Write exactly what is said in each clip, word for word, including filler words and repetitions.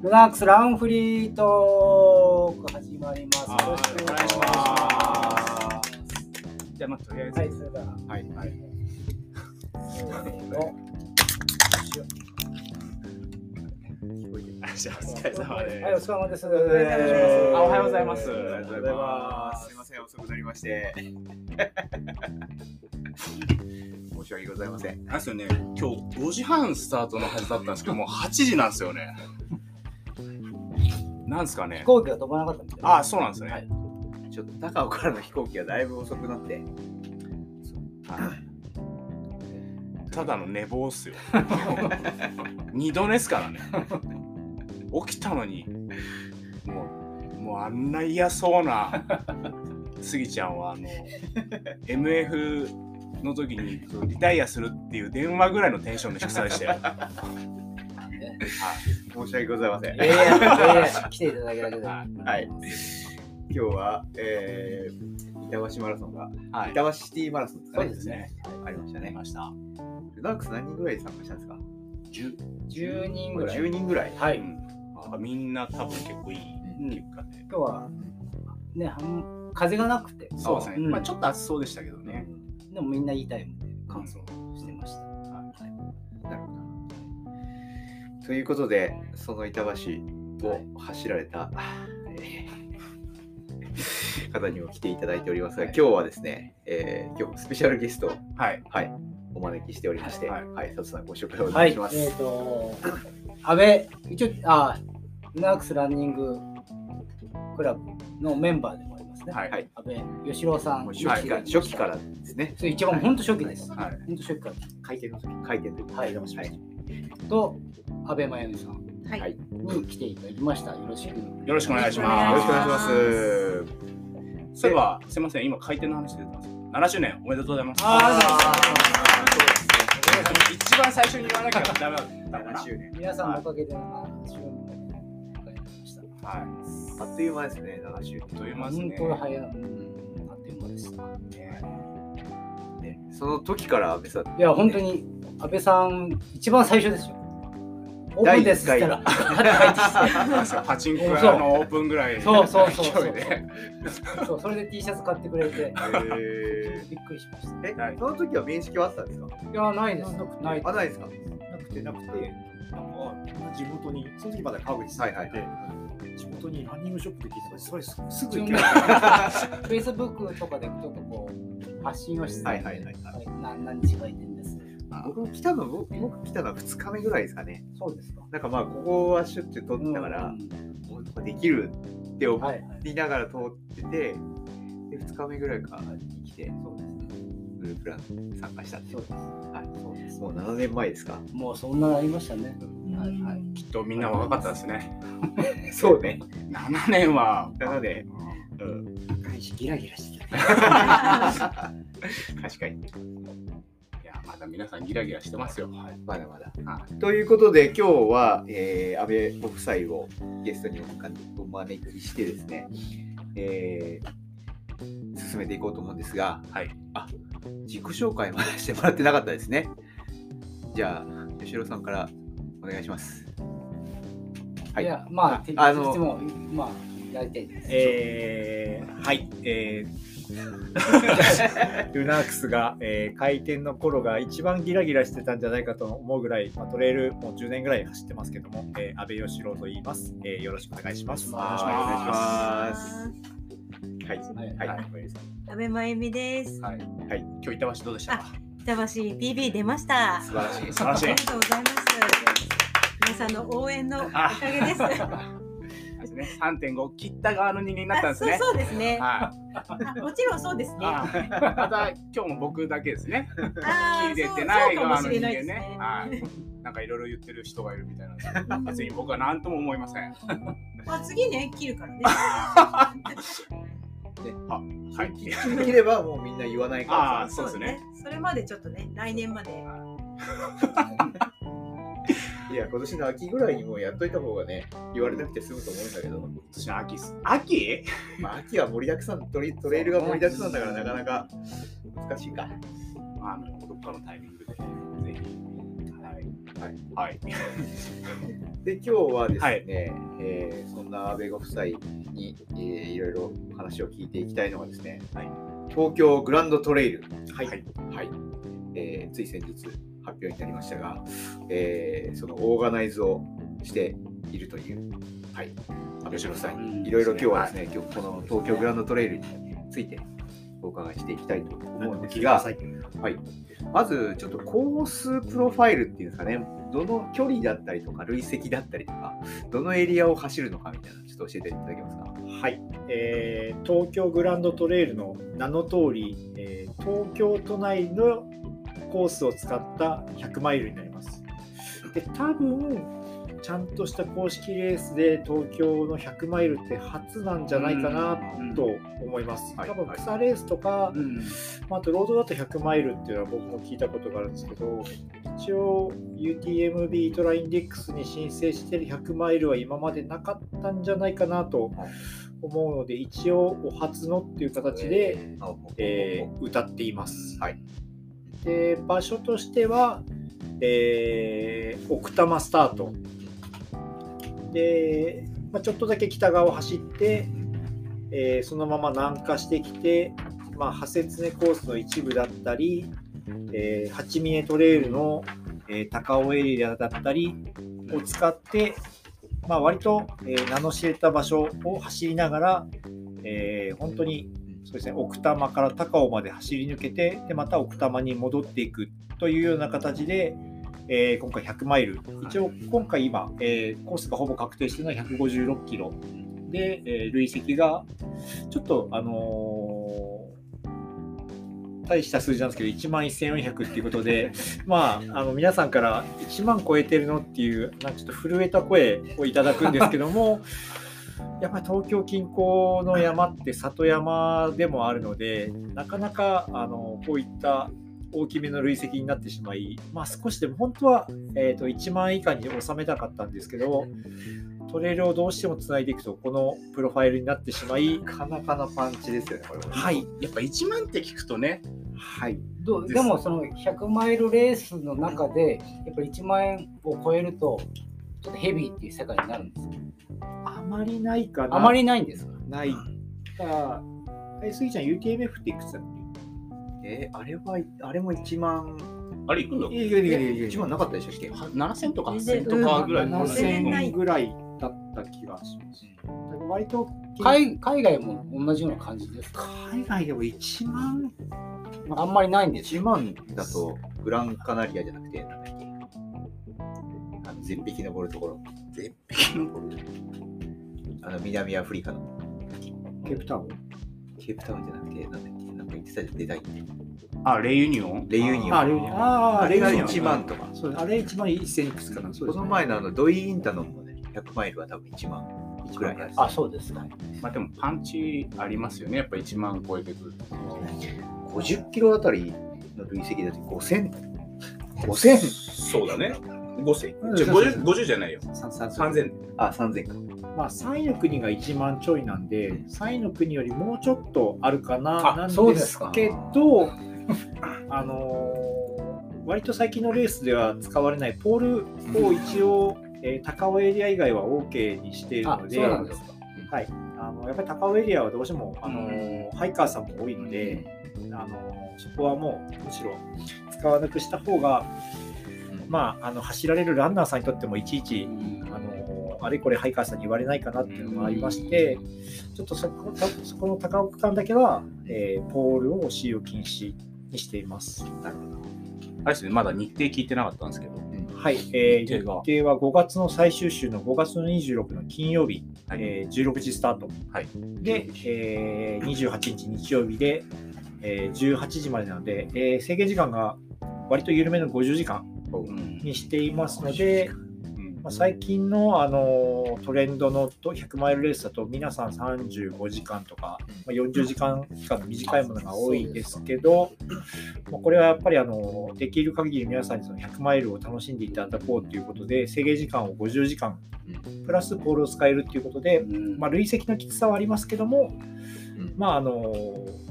ルナックスランフリートーク始まります。よろしくお願いします。 じゃあまあとりあえず、 はい、それでは、 はいはい。 せーの。 じゃあお疲れ様です。 はい、お疲れ様です。 あ、おはようございます。 おはようございます。すみません、遅くなりまして。申し訳ございません。 なんですよね、今日ごじはんスタートのはずだったんですけど、もうはちじなんですよね。なんですかね。 飛行機が飛ばなかったみたいな。 ああ、そうなんですね。はい、 ちょっと高尾からの飛行機がだいぶ遅くなって。 はい、ただの寝坊っすよ。二度寝っすからね。起きたのに、もう、もうあんな嫌そうなスギちゃんはあの エムエフ の時にリタイアするっていう電話ぐらいのテンションの低さでしたよ。 申し訳ございません。 いやいやいやいや、来ていただけだけで。 はい。今日は、えー、板橋マラソンが、はい、板橋シティマラソンですかね。 そうですね。 ありましたね。 ありました。 ルナックス何人ぐらい参加したんですか？ じゅうにんぐらい。 じゅうにんぐらい。 はい。 うん、みんな多分結構いい結果で。 今日はね、風がなくて。 そうですね。うん、まあちょっと暑そうでしたけどね。 でもみんないいタイムで完走してました。うん、はい。 なるほど。ということで、その板橋を走られた、はいえー、方にも来ていただいておりますが、はい、今日はですね、えー、今日スペシャルゲストを、はいはい、お招きしておりまして、はい、はい、佐藤さんご紹介お願いします。 はい、えっ、ー、と、安倍、一応、あ、ルナックスランニングクラブのメンバーでもありますね。はい、安倍義郎さん、 初期から、初期からですね。 それ一番本当初期です。はい、本当初期から。 開店の時、開店の時、 はい、はい。と、安倍真由美さん、はい、に来ていただきました。よろしく。 よろしくお願いします。 よろしくお願いします。 そういえば、すみません、今開店の話出てます。ななしゅうねんおめでとうございます。 ああ、 一番最初に言わなきゃダメだったかな。 ななしゅうねん。 皆さんのおかげでななしゅうねん迎えました。 はい。 あっという間ですね、ななしゅうねん。 あっという間ですね。 本当に早い。あっという間でした。 ね、その時から安倍さん。 いや、本当に安倍さん一番最初ですよ。オープンですって言ったらパチンコ屋のオープンぐらいそうそうそうそうそう、それで T シャツ買ってくれてびっくりしました。 え、その時は面識はあったんですか？ いや、ないです。 ないあ、ないですか？ なくてなくて、なんか地元に、その時まだ川口さんで、はいはい、地元にランニングショップで聞いてたら、それすぐ行けない。 Facebook とかでちょっとこう発信をして、 はいはいはい、はい、 何日かいてんです。 僕も来たの、僕来たのはふつかめぐらいですかね。 そうですか。 なんかまあ、ここはしょっちゅう通ってたから、うん、もうできるって思いながら通ってて、はいはい、でふつかめぐらいかに来て、そうですね、グループラン参加したんで。 そうです。 はい、そうです。もうななねんまえですか。 もうそんなありましたね。 はいはい。きっとみんな若かったですね。 そうね。 ななねんは。 ななねん。 うん。若いしギラギラしてたね。 確かに。 まだ皆さんギラギラしてますよ。 はい、まだまだ。はい、ということで今日は、えー、安倍ご夫妻をゲストにお招きしてですね、えー、進めていこうと思うんですが、はい、あ、自己紹介までしてもらってなかったですね。じゃあ吉郎さんからお願いします。 はい。いや、まあ、あ、あの、いつもまあやりたいです。 えー、はい。えールナックスが、えー、開店の頃が一番ギラギラしてたんじゃないかと思うぐらい、まあ、トレイルもうじゅうねんぐらい走ってますけども、えー、安倍義郎と言います、えー、よろしくお願いします。 お願いします。 はい、はい、はい、 安倍真由美です。 はい、はい、今日板橋どうでしたか？ 板橋 ピービー 出ました。 素晴らしい、素晴らしい。 ありがとうございます。皆さんの応援のおかげです。 ね、さんてんご 切った側の人間になったんですね。 そう、そうですね。 はい。もちろんそうですね。 また今日も僕だけですね。切れてない側の人間ね。はい。なんかいろいろ言ってる人がいるみたいなんですけど、別に僕は何とも思いません。 まあ次ね、切るからね。 ね、は、はい。切ればもうみんな言わないから。 ああ、そうですね。 それまでちょっとね、来年まで。 いや、今年の秋ぐらいにもうやっといた方がね、言われなくて済むと思うんだけど。今年の秋っす。秋？ まあ秋は盛りだくさん、トレ、トレイルが盛りだくさんだからなかなか難しいか。 まあ、どっかのタイミングでぜひ。ははいはい、 で今日はですね、はい、えー、そんな安倍ご夫妻に、えー、いろいろ話を聞いていきたいのがですね、はい、東京グランドトレイル、はいはいはい、えー、つい先日発表になりましたが、えー、そのオーガナイズをしているという、はい、安倍夫妻にいろいろ今日はですね、はい、今日この東京グランドトレイルについてお伺いしていきたいと思うんですが、はい、まずちょっとコースプロファイルっていうんですかね、どの距離だったりとか累積だったりとかどのエリアを走るのかみたいなちょっと教えていただけますか。 はい、えー、東京グランドトレイルの名の通り、えー、東京都内のコースを使ったひゃくマイルになります。で多分ちゃんとした公式レースで東京のひゃくマイルって初なんじゃないかなと思います。多分草レースとか、あとロードだとひゃくマイルっていうのは僕も聞いたことがあるんですけど、一応 ユーティーエムビー トラインデックスに申請しているひゃくマイルは今までなかったんじゃないかなと思うので、一応お初のっていう形で、えー、歌っています。はい、で場所としては、えー、奥多摩スタートで、まあ、ちょっとだけ北側を走って、えー、そのまま南下してきて、まあ、ハセツネコースの一部だったり、えー、八峰トレイルの、えー、高尾エリアだったりを使って、まあ、割と、えー、名の知れた場所を走りながら、えー、本当にそうですね、奥多摩から高尾まで走り抜けて、でまた奥多摩に戻っていくというような形で、えー、今回ひゃくマイル、一応今回今、えー、コースがほぼ確定しているのはひゃくごじゅうろっキロで、えー、累積がちょっとあのー、大した数字なんですけどいちまんせんよんひゃくっていうことでまあ、あの皆さんからいちまん超えてるのっていうなんかちょっと震えた声をいただくんですけどもやっぱり東京近郊の山って里山でもあるので、なかなかあのこういった大きめの累積になってしまい、まあ、少しでも本当は、えー、といちまん以下に収めたかったんですけど、トレイルをどうしてもつないでいくとこのプロファイルになってしまい、 なかなかのパンチですよねこれは。 はい、やっぱいちまんって聞くとね、 はい、どうでもそのひゃくマイルレースの中でやっぱりいちまんえんを超えるとちょっとヘビーっていう世界になるんですよ。 あまりないかな。 あまりないんですか。 ない。ただ、え、スギちゃん ユーティーエムエフ っていくつだっけ？ えー、あれは、あれもいちまん。 あれいくんだっけ？ いやいやいやいちまんなかったでしたっけ？ ななせんとかはっせんとかぐらい。 ななせんぐらいだった気がします。うん、割と海, 海外も同じような感じですか？ 海外でもいちまん、 まあ、あんまりないんです。 いちまんだとグランカナリアじゃなくて、なんだっけ？あの絶壁登るところ。 絶壁登る。 あの南アフリカのケープタウンケープタウンじゃなくて、なんだっけ？なんか言ってたじゃん、デザイン。 あ、レユニオンレユニオン。 あ、レユニオン。ああれがいちまんとか。 そう、あれいちまんせんいくつかな。 そうですね、この前のあのドイインタノンもね、ひゃくマイルは多分いちまんくらいです。 あ、そうですか。 まあでもパンチありますよね。やっぱいちまん超えてくる。 ごじゅっキロあたりの累積だとごせん。ごせん。 そうだね。ごせん。じゃごじゅう、ごじゅうじゃないよ。さんぜん。 あ、さんぜんか。 まあ、さんいの国がいちまんちょいなんで、さんいの国よりもうちょっとあるかななんですけど、あのー、割と最近のレースでは使われないポールを一応、えー、高尾エリア以外は OK にしているので、 そうなんですか。 はい、あのやっぱり高尾エリアはどうしても、あのー、ハイカーさんも多いので、あのー、そこはもうむしろ使わなくした方が、まあ、あの走られるランナーさんにとってもいちいち、あのあれこれハイカーさんに言われないかなっていうのがありまして、ちょっとそこ、そこの高尾区間だけは、えー、ポールを使用禁止にしています。 なるほど。あれですね、まだ日程聞いてなかったんですけど、 はい、えー、日程はごがつの最終週のごがつのにじゅうろくの金曜日、はい、えー、じゅうろくじスタート、はい、で、えー、にじゅうはちにち日曜日で、えー、じゅうはちじまでなので、えー、制限時間が割と緩めのごじゅうじかんにしていますので、まあ、最近の、あのトレンドのひゃくマイルレースだと皆さんさんじゅうごじかんとか、まあ、よんじゅうじかん以下の短いものが多いですけど、まあ、これはやっぱりあのできる限り皆さんにそのひゃくマイルを楽しんでいただこうということで制限時間をごじゅうじかんプラスポールを使えるということで、まあ、累積のきつさはありますけども、まあ、あの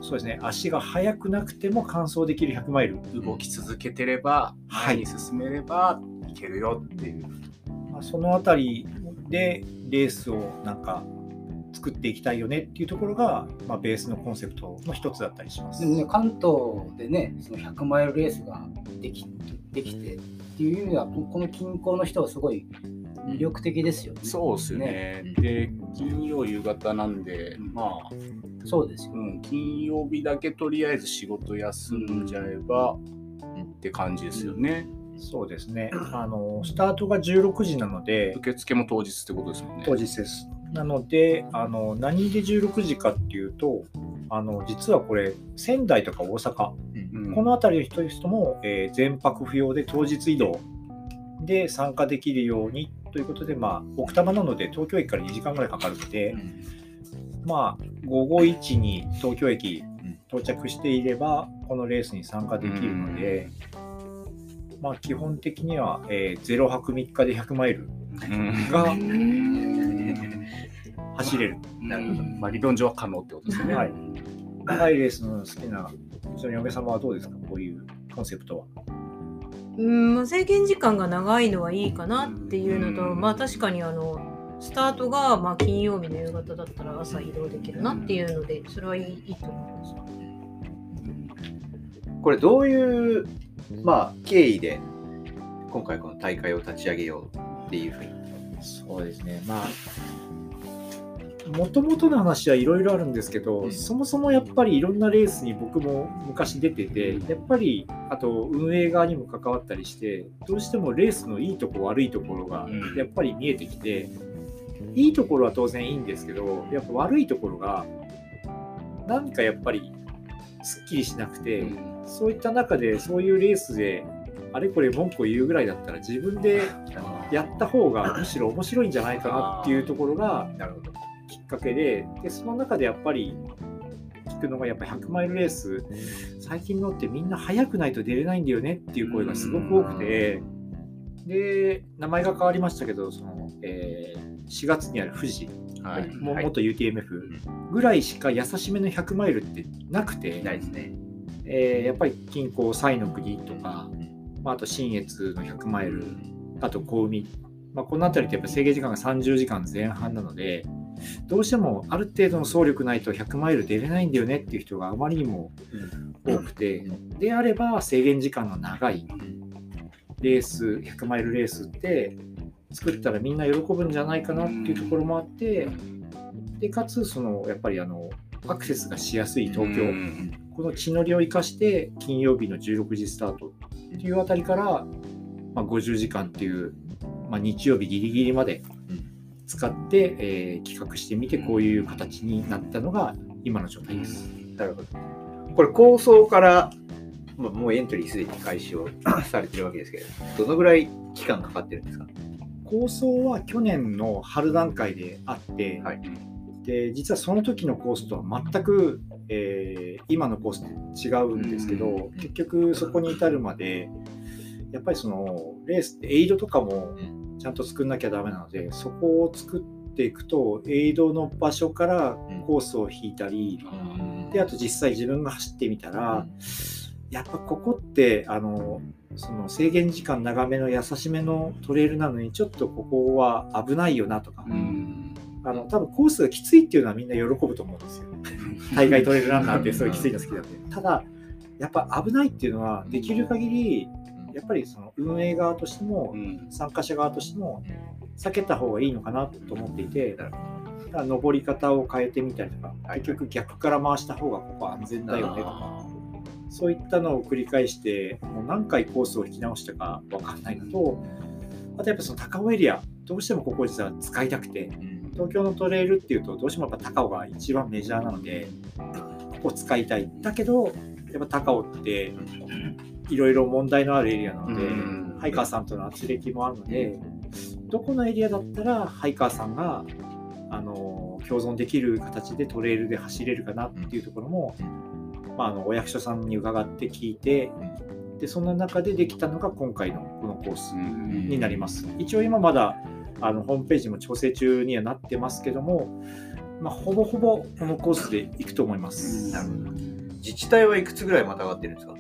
そうですね、足が速くなくても完走できるひゃくマイル、 動き続けてれば、前に進めればいけるよっていう、 まあ、そのあたりでレースをなんか作っていきたいよねっていうところが、まあ、ベースのコンセプトの一つだったりします。 でもね、関東でね、そのひゃくマイルレースができ、できてっていう意味では、この近郊の人はすごい魅力的ですよね。 そうですよね。ねで、金曜夕方なんで、まあ、 そうですよ、 うん、金曜日だけとりあえず仕事休んじゃえば、うん、って感じですよね。 そうですね。あのスタートがじゅうろくじなので、 受付も当日ってことですもんね。 当日です。なので、あの何でじゅうろくじかっていうと、あの実はこれ仙台とか大阪、うん、この辺りの人も、えー、全泊不要で当日移動で参加できるようにということで、まあ、奥多摩なので東京駅からにじかんぐらいかかるので、うん、まあ、午後いちに東京駅到着していればこのレースに参加できるので、うん、まあ、基本的には、えー、ゼロはくみっかでひゃくマイルが、うん走れる。 なるほど。まあ、理論上は可能ってことですね。 はい。長いレースの好きなうちの嫁様はどうですか、こういうコンセプトは。 うん、制限時間が長いのはいいかなっていうのと、まあ確かにあのスタートがまあ金曜日の夕方だったら朝移動できるなっていうので、それはいい、いいと思います。 これどういう、まあ、経緯で今回この大会を立ち上げようっていうふうに。 そうですね。まあ。もともとの話はいろいろあるんですけど、うん、そもそもやっぱりいろんなレースに僕も昔出てて、やっぱりあと運営側にも関わったりして、どうしてもレースのいいところ悪いところがやっぱり見えてきて、うん、いいところは当然いいんですけど、やっぱ悪いところがなんかやっぱりすっきりしなくて、うん、そういった中でそういうレースであれこれ文句を言うぐらいだったら自分でやった方がむしろ面白いんじゃないかなっていうところがなるほどきっかけ で, でその中でやっぱり聞くのがやっぱりひゃくマイルレース最近のってみんな速くないと出れないんだよねっていう声がすごく多くて、で名前が変わりましたけどその、えー、しがつにある富士、はい、も元 ユーティーエムエフ ぐらいしか優しめのひゃくマイルってなくて、ないですね。えー、やっぱり近郊西の国とか、まあ、あと信越のひゃくマイル、あと小海、まあ、この辺りってやっぱ制限時間がさんじゅうじかんぜん半なので、どうしてもある程度の走力ないとひゃくマイル出れないんだよねっていう人があまりにも多くて、であれば制限時間の長いレース、ひゃくマイルレースって作ったらみんな喜ぶんじゃないかなっていうところもあって、でかつそのやっぱりあのアクセスがしやすい東京、この地の利を生かして金曜日のじゅうろくじスタートっていうあたりから、まあ、ごじゅうじかんっていう、まあ、日曜日ギリギリまで使って、えー、企画してみてこういう形になったのが今の状態です。 なるほど。これ構想から、まあ、もうエントリーすでに開始をされてるわけですけど、どのぐらい期間かかってるんですか？ 構想は去年の春段階であって、はい、で実はその時のコースとは全く、えー、今のコースって違うんですけど、結局そこに至るまでやっぱりそのレースってエイドとかもちゃんと作んなきゃダメなので、そこを作っていくとエイドの場所からコースを引いたり、であと実際自分が走ってみたら、やっぱここってあのその制限時間長めの優しめのトレイルなのにちょっとここは危ないよなとか、あの多分コースがきついっていうのはみんな喜ぶと思うんですよ。大会トレイルランナーってそういうきついの好きなんで。ただやっぱ危ないっていうのはできる限りやっぱりその運営側としても参加者側としても避けた方がいいのかなと思っていて、だから登り方を変えてみたりとか、結局逆から回した方がここ安全だよねとか、そういったのを繰り返してもう何回コースを引き直したか分かんないのと、あとやっぱその高尾エリアどうしてもここ実は使いたくて、東京のトレイルっていうとどうしてもやっぱ高尾が一番メジャーなのでここ使いたい。だけどやっぱ高尾っていろいろ問題のあるエリアなので、ハイカーさんとの圧力もあるので、どこのエリアだったらハイカーさんがあの共存できる形でトレイルで走れるかなっていうところも、まあ、あのお役所さんに伺って聞いて、でその中でできたのが今回のこのコースになります。一応今まだあのホームページも調整中にはなってますけども、まあ、ほぼほぼこのコースで行くと思います。なるほど。 自治体はいくつぐらいまたがってるんですか？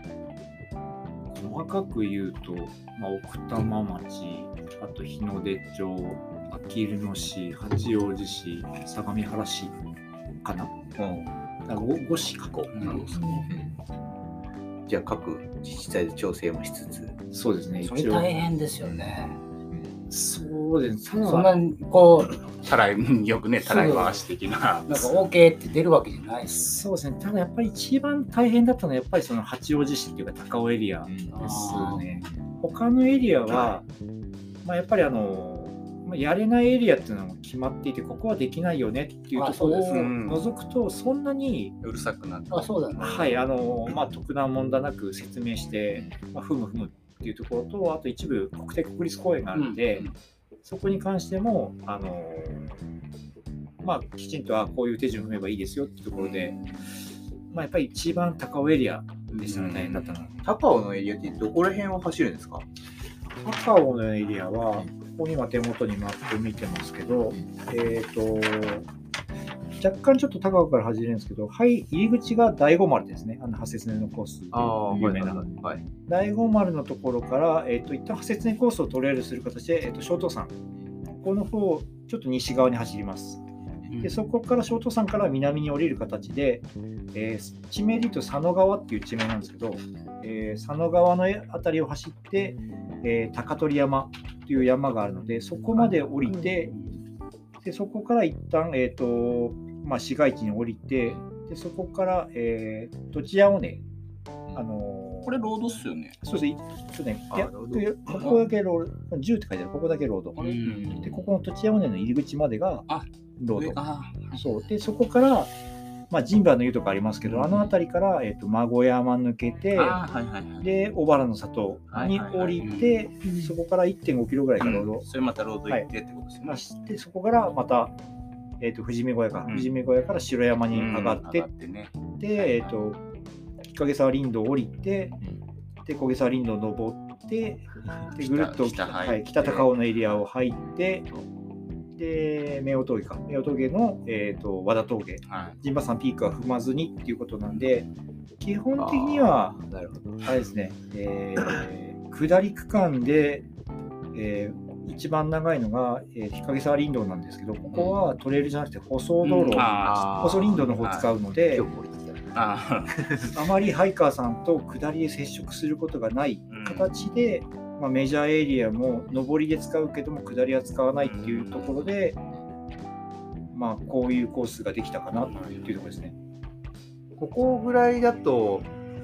細かく言うと、まあ、奥多摩町、あと日の出町、あきる野市、八王子市、相模原市かな。うん、ご市かこ。 なるほど。じゃあ各自治体で調整もしつつ。 そうですね。 それ大変ですよね。 そうですね。そんなにこうたらいよくねたらい回し的ななんか OK って出るわけじゃないです。 そうですね。ただやっぱり一番大変だったのはやっぱりその八王子市っていうか高尾エリアですね。他のエリアは、まあ、やっぱりあのやれないエリアっていうのも決まっていて、ここはできないよねっていうところを除くとそんなにうるさくなって、 あ、そうだね。 はい、あのまあ特段問題なく説明して、まあ、ふむふむっていうところと、あと一部国定国立公園があるので、うん、そこに関してもあのまあきちんとあこういう手順を踏めばいいですよっていうところで、まあやっぱり一番高尾エリアでしたね、大変だったのは。 高尾のエリアってどこら辺を走るんですか？ 高尾のエリアはここに今手元にマップ見てますけど、えっと、若干ちょっと高尾から走れるんですけど、はい、入り口がだいご丸ですね。あの、ハセツネのコース。 あ有名な。はい。だいご丸のところから、えっと、一旦ハセツネコースをトレイルする形で、えっと、小東山。ここの方、ちょっと西側に走ります。で、そこから小東山から南に降りる形で、えー、地名で言うと佐野川っていう地名なんですけど、えー、佐野川のあたりを走って、えー、高取山という山があるので、そこまで降りて、でそこから一旦、えーとまあ、市街地に降りて、でそこから、えー、土地屋をね、あのー、 これロードっすよね。 そうですね。ちょっとね、いやここだけロード、じゅうって書いてある、ここだけロード。で、ここの土地屋尾根の入り口までがロード。そうで、そこから、まあ、神馬の湯とかありますけど、うん、あの辺りから、えーと、馬小山抜けて、はいはいはい、で小原の里に降りて、はいはいはい、そこから いってんごキロぐらいがロード、うん、 それまたロード行ってってことですね。 はい、でそこからまた、えーと、富士見小屋か、うん、富士見小屋から城山に上がって、うん、ね、で、えーと、日陰沢林道を降りて、うん、で小毛沢林道を登って、でぐるっと 北, 北, はい、北高尾のエリアを入って、で、明王峠か。明王峠の、えーと、和田峠。はい、神馬山ピークは踏まずにっていうことなんで、基本的には、 なるほど、 あれですね、えー、下り区間で、えー、一番長いのが、えー、日陰沢林道なんですけど、ここはトレイルじゃなくて舗装道路、うん、舗装林道の方を使うので、あ, あまりハイカーさんと下りで接触することがない形で、うん、まあ、メジャーエリアも上りで使うけども下りは使わないっていうところで、まあ、こういうコースができたかなっていうところですね。 ここぐらいだと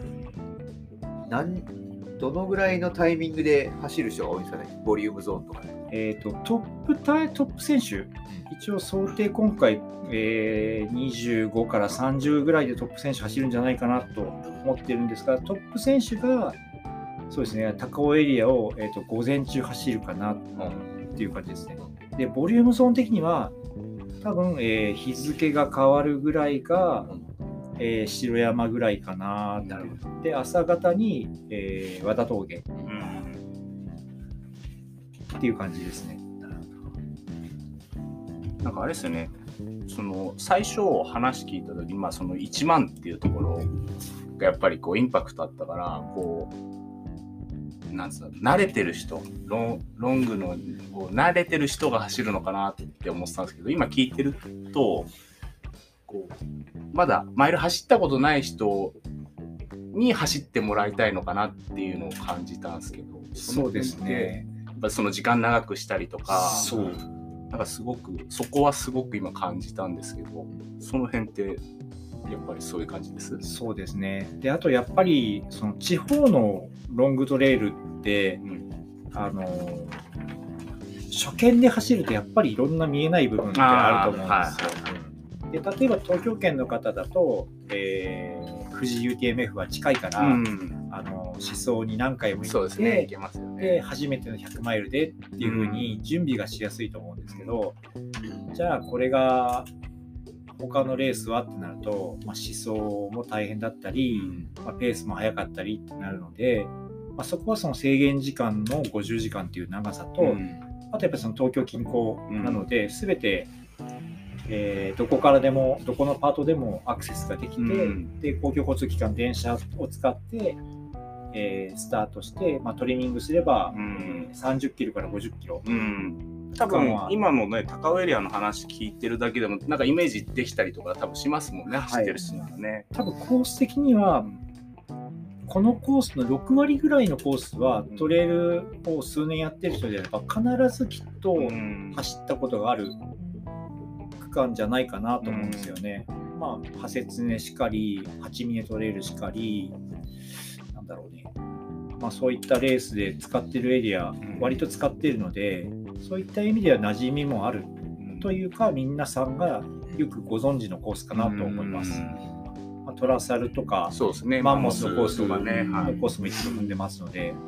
何どのぐらいのタイミングで走る人が多いんですかね、ボリュームゾーンとか。 えーと、トップタイトップ選手、一応想定今回、えー、にじゅうごからさんじゅうぐらいでトップ選手走るんじゃないかなと思ってるんですが、トップ選手がそうですね、高尾エリアを、えーと、午前中走るかなっていう感じですね。で、ボリュームゾーン的には多分、えー、日付が変わるぐらいが、えー、城山ぐらいかな。なるほど。で、朝方に、えー、和田峠、うん、っていう感じですね。 なんかあれですよね、その最初話聞いた時に、まあ、そのいちまんっていうところがやっぱりこうインパクトあったから、こうなんつうの、慣れてる人、ロン、ロングのこう慣れてる人が走るのかなって思ってたんですけど、今聞いてるとこうまだマイル走ったことない人に走ってもらいたいのかなっていうのを感じたんですけど、 そうですね。 やっぱその時間長くしたりとか、そうなんかすごくそこはすごく今感じたんですけど、その辺ってやっぱりそういう感じです。 そうですね。で、あとやっぱりその地方のロングトレイルって、うん、あの初見で走るとやっぱりいろんな見えない部分ってあると思うんですよ。はい、で、例えば東京圏の方だと、えー、富士 ユーティーエムエフ は近いから、うん、あの思想に何回も行って、そうですね、行けますよね。で、初めてのひゃくマイルでっていう風に準備がしやすいと思うんですけど、うん、じゃあこれが他のレースはってなると、まあ、思想も大変だったり、まあ、ペースも速かったりってなるので、まあ、そこはその制限時間のごじゅうじかんっていう長さと、うん、あとやっぱりその東京近郊なので、うん、全てえー、どこからでもどこのパートでもアクセスができて、うん、で公共交通機関電車を使って、えー、スタートして、まあ、トリミングすれば、うん、さんじゅっキロからごじゅっキロ、うん、 多分今のね高尾エリアの話聞いてるだけでもなんかイメージできたりとか多分しますもんね、はい、走ってる人ならね。 多分コース的にはこのコースのろく割ぐらいのコースはトレイルを数年やってる人であれば必ずきっと走ったことがある区間じゃないかなと思うんですよね。うん、まあ派切ねしかり八峰トレイルしかりなんだろうね、まあ、そういったレースで使ってるエリア割と使っているので、そういった意味では馴染みもあるというか皆さんがよくご存知のコースかなと思います。まあ、トラサルとかそうですね、 マンモスのコースとかね、はい、コースも一度踏んでますので。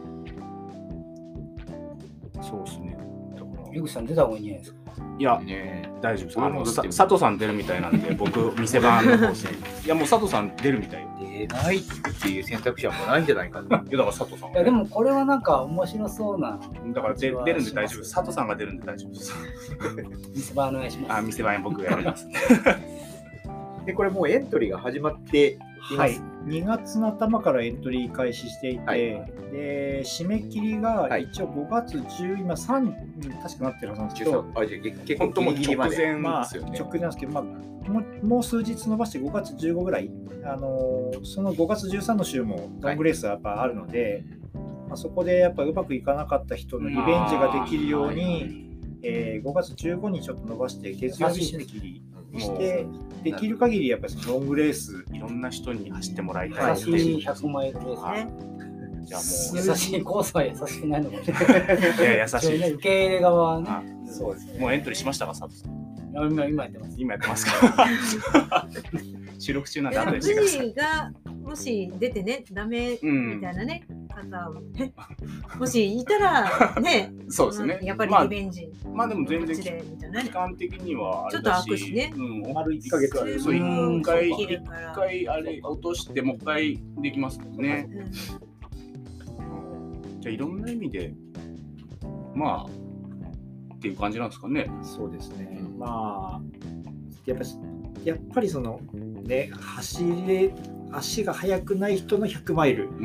そうですね。 江口さん出た方がいいんじゃないですか。 いや、ね、大丈夫です。あのさ佐藤さん出るみたいなんで僕店番の方していやもう佐藤さん出るみたい。 出ないっていう選択肢はもうないんじゃないかな。いやだから佐藤さん、ね、 いやでもこれはなんか面白そうな。 だから出るんで大丈夫です。佐藤さんが出るんで大丈夫です。 店番お願いします。 あ、店番僕やります、ね。 でこれもうエントリーが始まっています。 はい。にがつの頭からエントリー開始していて、はい、で締め切りが一応ごがつじゅう、今さんに確かなってるはずなんですけど、 あじゃあ結構ギリギリまで直前ですよね。 まあ、直前なんですけど、まあ、も, もう数日伸ばしてごがつじゅうごぐらい、あのー、そのごがつじゅうさんの週もロングレースはやっぱあるので、はい、まあ、そこでやっぱうまくいかなかった人のリベンジができるように、はい、えー、ごがつじゅうごにちょっと伸ばして月曜日締め切りして、できる限りやっぱりそのロングレースいろんな人に走ってもらいたい。 優しいひゃくマイルレースね。じゃあもう優しいコースは優しくないのかもしれない。 いや優しい。 受け入れ側はね。 そうですね。もうエントリーしましたか佐藤さん。 今今やってます。 今やってますか。収録中なんで後でしてください。 がもし出てねダメみたいなね、うん、方もしいたらね、 そうですね。 やっぱりリベンジ。 まあ、まあでも全然期間的にはあれだし、 ちょっと空くしね。 うん、 丸いっかげつある。 そう一回一回あれ落としてもう一回できますもんね。うん、じゃあいろんな意味でまあっていう感じなんですかね。 そうですね。まあやっぱりやっぱりそのね走れ足が速くない人のひゃくマイル、うん、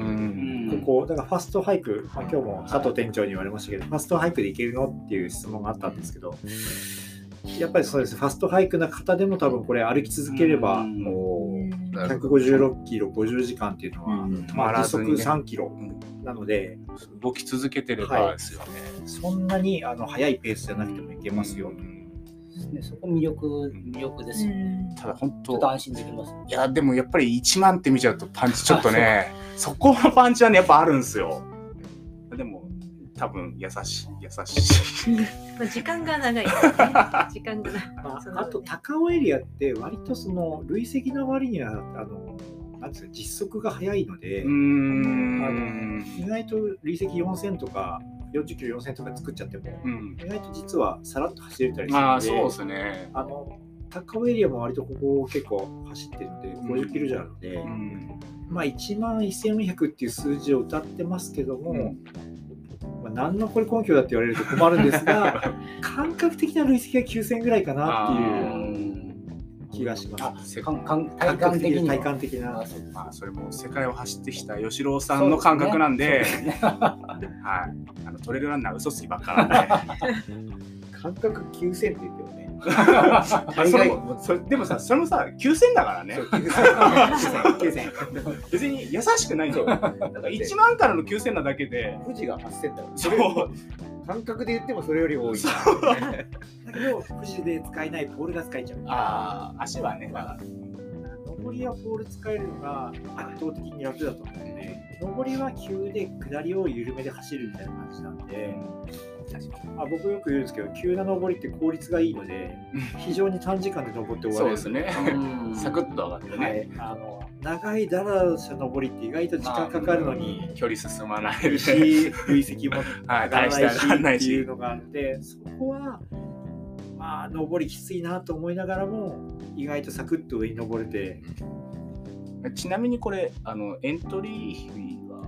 ここだからファストハイク、まあ、今日も佐藤店長に言われましたけど、ファストハイクで行けるのっていう質問があったんですけど、やっぱりそうです。ファストハイクな方でも多分これ歩き続ければもうひゃくごじゅうろっキロごじゅうじかんっていうのは、まあ、時速さんキロなので、 動き続けてればですよね、 はい、そんなにあの速いペースじゃなくてもいけますよ、 ね、そこ魅力魅力ですよね。 ただ本当ちょっと安心できます。 いやでもやっぱりいちまんって見ちゃうとパンチちょっとねそ, そこのパンチはねやっぱあるんですよ。でも多分優しい優しい時間が長い、ね、時間が長い、 まあ、あと高尾エリアって割とその累積の割にはあのなんですか実測が早いので、うーんあの意外と累積よんせんとかよんじゅっキロよんせんとか作っちゃっても、うん、意外と実はさらっと走れたりするので、 あ、そうですね、 あの高尾エリアも割とここ結構走ってるのでごじゅっキロじゃなので、うん、まあいちまんせんよんひゃくっていう数字を謳ってますけども、うん、まあ、何のこれ根拠だって言われると困るんですが感覚的な累積がきゅうせんぐらいかなっていう気がします。 体感的に体感的な、 まあ、それも世界を走ってきた吉郎さんの感覚なんで、ね、はい、あのトレイルランナー嘘つきばっかなんで感覚きゅうせんって言ってよね大概もそれでもさ、それもさきゅうせんだからね。 きゅうせん別に優しくないんだよ。だからいちまんからのきゅうせんなだけで富士がはっせんだから、それを感覚で言ってもそれより多いだけど富士で使えないポールが使えちゃう。 ああ、足はね、まあ、 上りはポール使えるのが圧倒的に楽だと思うので、上りは急で下りを緩めで走るみたいな感じなんで、まあ、僕よく言うんですけど急な上りって効率がいいので非常に短時間で上って終われる。 そうですねサクッと上がってね、はい、 あの長いだらだらした上りって意外と時間かかるのに距離進まないし累積も上がらないしっていうのがあって、そこはまあ上りきついなと思いながらも意外とサクッと上に登れて。 ちなみにこれあのエントリー費は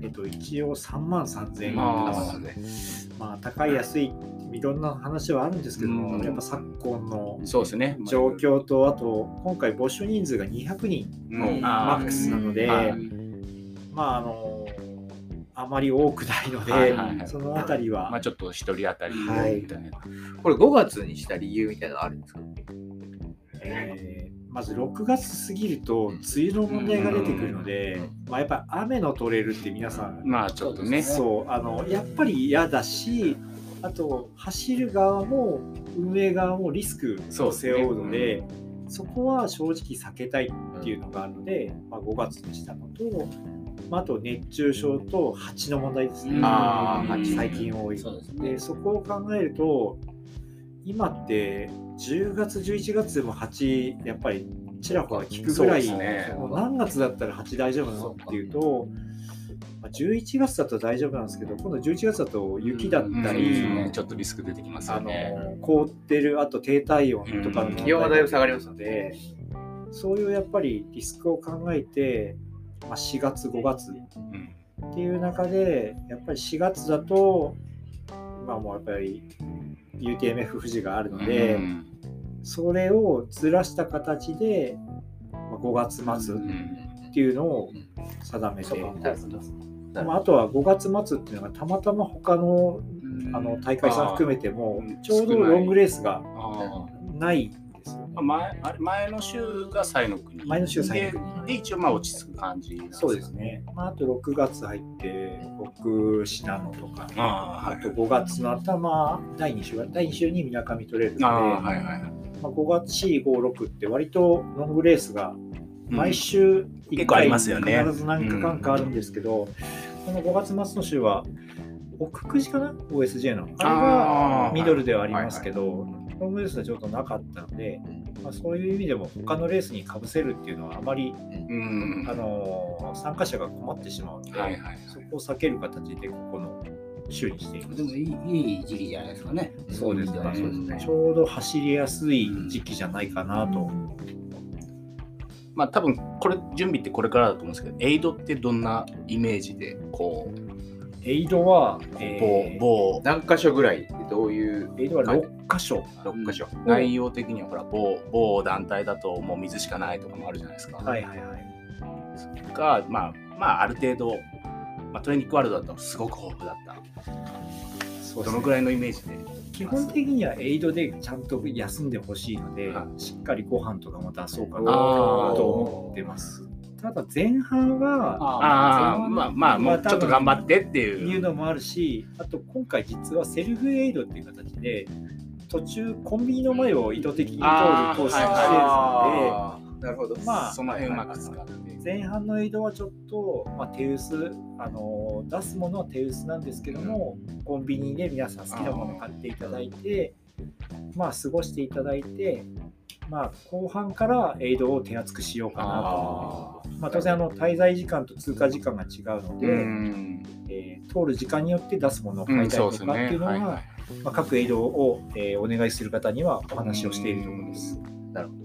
えっと、一応さんまんさんぜんえんあなので、まあ、高い安いいろんな話はあるんですけども、うん、やっぱ昨今の状況と、あと今回募集人数がにひゃくにんのマックスなので、うん、まああのあまり多くないので、はいはいはい、そのあたりは、 まあ、ちょっと一人当たりみたいな、はい、 これごがつにした理由みたいなのあるんですか？ えー、まずろくがつ過ぎると梅雨の問題が出てくるので、まあ、やっぱり雨のトレイルって皆さん、 まあちょっとね、 そうあのやっぱり嫌だし、あと走る側も運営側もリスクを背負うので、そ, う、ねうん、そこは正直避けたいっていうのがあるので、まあ、ごがつにしたのと、まあ、あと熱中症と蜂の問題ですね。あ蜂最近多い。そうですね。でそこを考えると今ってじゅうがつじゅういちがつでも蜂やっぱりちらほら効くぐらい、ね、もう何月だったら蜂大丈夫なのっていうと、じゅういちがつだと大丈夫なんですけど、今度じゅういちがつだと雪だったり、 うんうんね、ちょっとリスク出てきますよね。 あの凍ってる、あと低体温とかの気温がだいぶ下がりますので、 そういうやっぱりリスクを考えて、まあ、しがつごがつっていう中で、やっぱりしがつだと今もやっぱり ユーティーエムエフ 富士があるので、うん、それをずらした形でごがつ末っていうのを定めて、うんまあ、あとはごがつ末っていうのがたまたま他の、あの大会さん含めてもちょうどロングレースがないんですよね。 前, あれ前の週が賽の国前の週賽の国で, で一応まあ落ち着く感じなんですか。 そうですね、まあ、あとろくがつ入って僕信濃とか、あ, あとごがつの頭だいに週だいに週に水上トレイルで、あ、はいはいはい、まあ、ごがつよん、ご、ろくって割とロングレースが毎週いっかい必ず何かかんかあるんですけど、このごがつ末の週は奥久慈かな オーエスジェー のあれがミドルではありますけど、ロングレースはちょっとなかったので、まあ、そういう意味でも他のレースにかぶせるっていうのはあまり、うん、あの参加者が困ってしまうので、はいはいはい、そこを避ける形でここの週にしています。 でもいい、いい時期じゃないですかね。 そうですね、そうですね、ちょうど走りやすい時期じゃないかなと、うん、 まあ多分これ準備ってこれからだと思うんですけど、エイドってどんなイメージでこうエイドは、えー、某何箇所ぐらいでどういうエイドはろっかしょろっかしょ、 うん、内容的にはほら 某, 某団体だともう水しかないとかもあるじゃないですか。 はいはいはい。 がまあまあある程度、まあ、トレーニックワールドだとすごく豊富だった。そう、ね、どのぐらいのイメージで。 基本的にはエイドでちゃんと休んでほしいので、はい、しっかりご飯とかも出そうかなと思ってます。ただ前半はああまあまあもうちょっと頑張ってっていういうのもあるし、あと今回実はセルフエイドっていう形で途中コンビニの前を意図的に通るコースをしているので、 なるほど、 まあその辺うまく使って、 前半のエイドはちょっと、まあ、手薄あの出すものは手薄なんですけども、コンビニで皆さん好きなものを買っていただいて、まあ過ごしていただいて、まあ後半からエイドを手厚くしようかなと。まあ、当然あの滞在時間と通過時間が違うので、うんえー、通る時間によって出すものを買いたいとかっていうのは、うんねはいはいまあ、各エイドを、えー、お願いする方にはお話をしているところです。 なるほ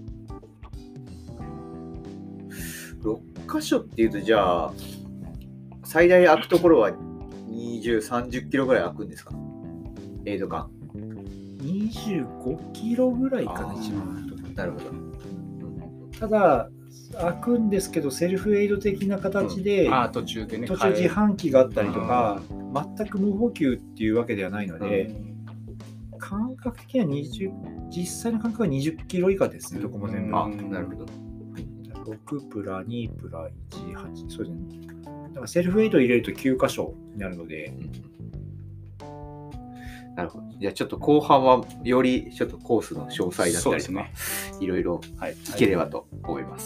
ど。ろっ箇所っていうとじゃあ最大開くところはにじゅう、さんじゅっキロぐらい開くんですか？エイド間にじゅうごキロぐらいかな一番。 なるほど。 ただ開くんですけどセルフエイド的な形で、 うん、あ途中でね途中自販機があったりとか、全く無補給っていうわけではないので、うん、感覚的にはにじゅう実際の感覚はにじゅっキロ以下ですね、どこも全部。 あ、なるほど。 ろくプラにプラいち、はち、そうですね。だからセルフエイド入れるときゅう箇所になるので、うん、 なるほど。じゃあちょっと後半はよりちょっとコースの詳細だったりとか、ね、いろいろ聞ければと思います。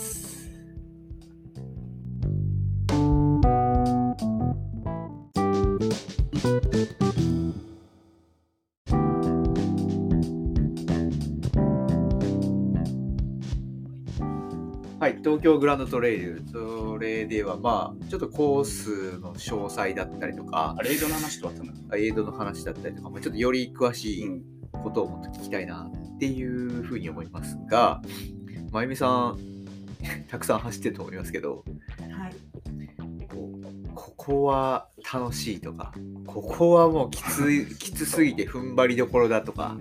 はい、東京グランドトレイル、それではまあちょっとコースの詳細だったりとか、 エイドの話とはたなエイドの話だったりとか、ちょっとより詳しいことをもっと聞きたいなっていうふうに思いますが、まゆみさんたくさん走ってると思いますけど、 はい、 こうここは楽しいとか、ここはもうきついきつすぎて踏ん張りどころだとか。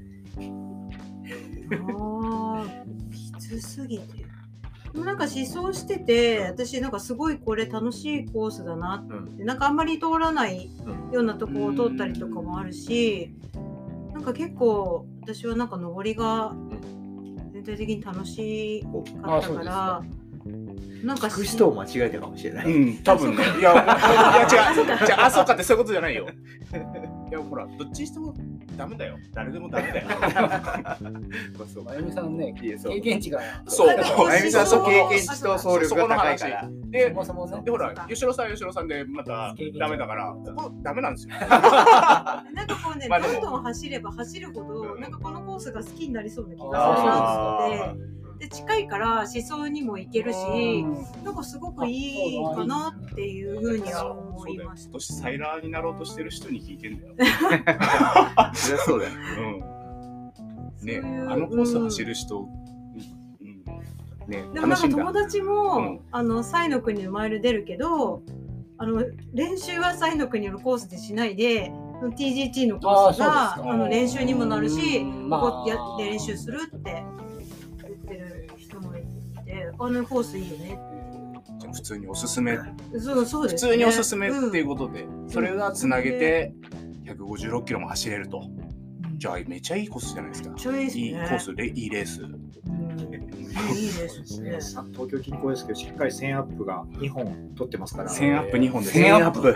ああ、きつすぎて。でもなんか思想してて、私なんかすごいこれ楽しいコースだなって、うん、なんかあんまり通らないようなとこを通ったりとかもあるし、なんか結構私はなんか登りが全体的に楽しかったから、 なんか聞く人を間違えたかもしれない。 うん、多分ね。いや、いや違う。じゃあ、あ、そうかってそういうことじゃないよ。いや、ほら、どっちにしてもダメだよ。誰でもダメだよ。 あゆみさんね、経験値が。 そう。 あゆみさんの経験値と総力が高いから。 で、で、ほら、吉野さん、吉野さんでまたダメだから、ここダメなんですよ。 なんかこうね、どんどん走れば走るほど、なんかこのコースが好きになりそうな気がするなって。で近いから思想にも行けるし、なんかすごくいいかなっていうふうには思いました。 今年サイラーになろうとしてる人に聞いてんだよ。 そりゃそうだよ。 うん。ね、あのコース走る人、 ね、でもなんか友達も、うん、あのサイの国のマイル出るけど、あの練習はサイの国のコースでしないで。ティージーティー のコースが あ, あの練習にもなるし、まあ、ここやって練習するって言ってる人もいて、あのコースいいよね。 じゃあ普通におすすめ。 そうそうですね。 普通におすすめっていうことで、うん、それがつなげてひゃくごじゅうろっキロも走れると。じゃあめちゃいいコースじゃないですか。めちゃいいですね。 いいコース、いいレース。うん、 いいですね。 東京近郊ですけど、しっかりせんアップがにほん取ってますから。 せんアップにほんです。 せんアップ。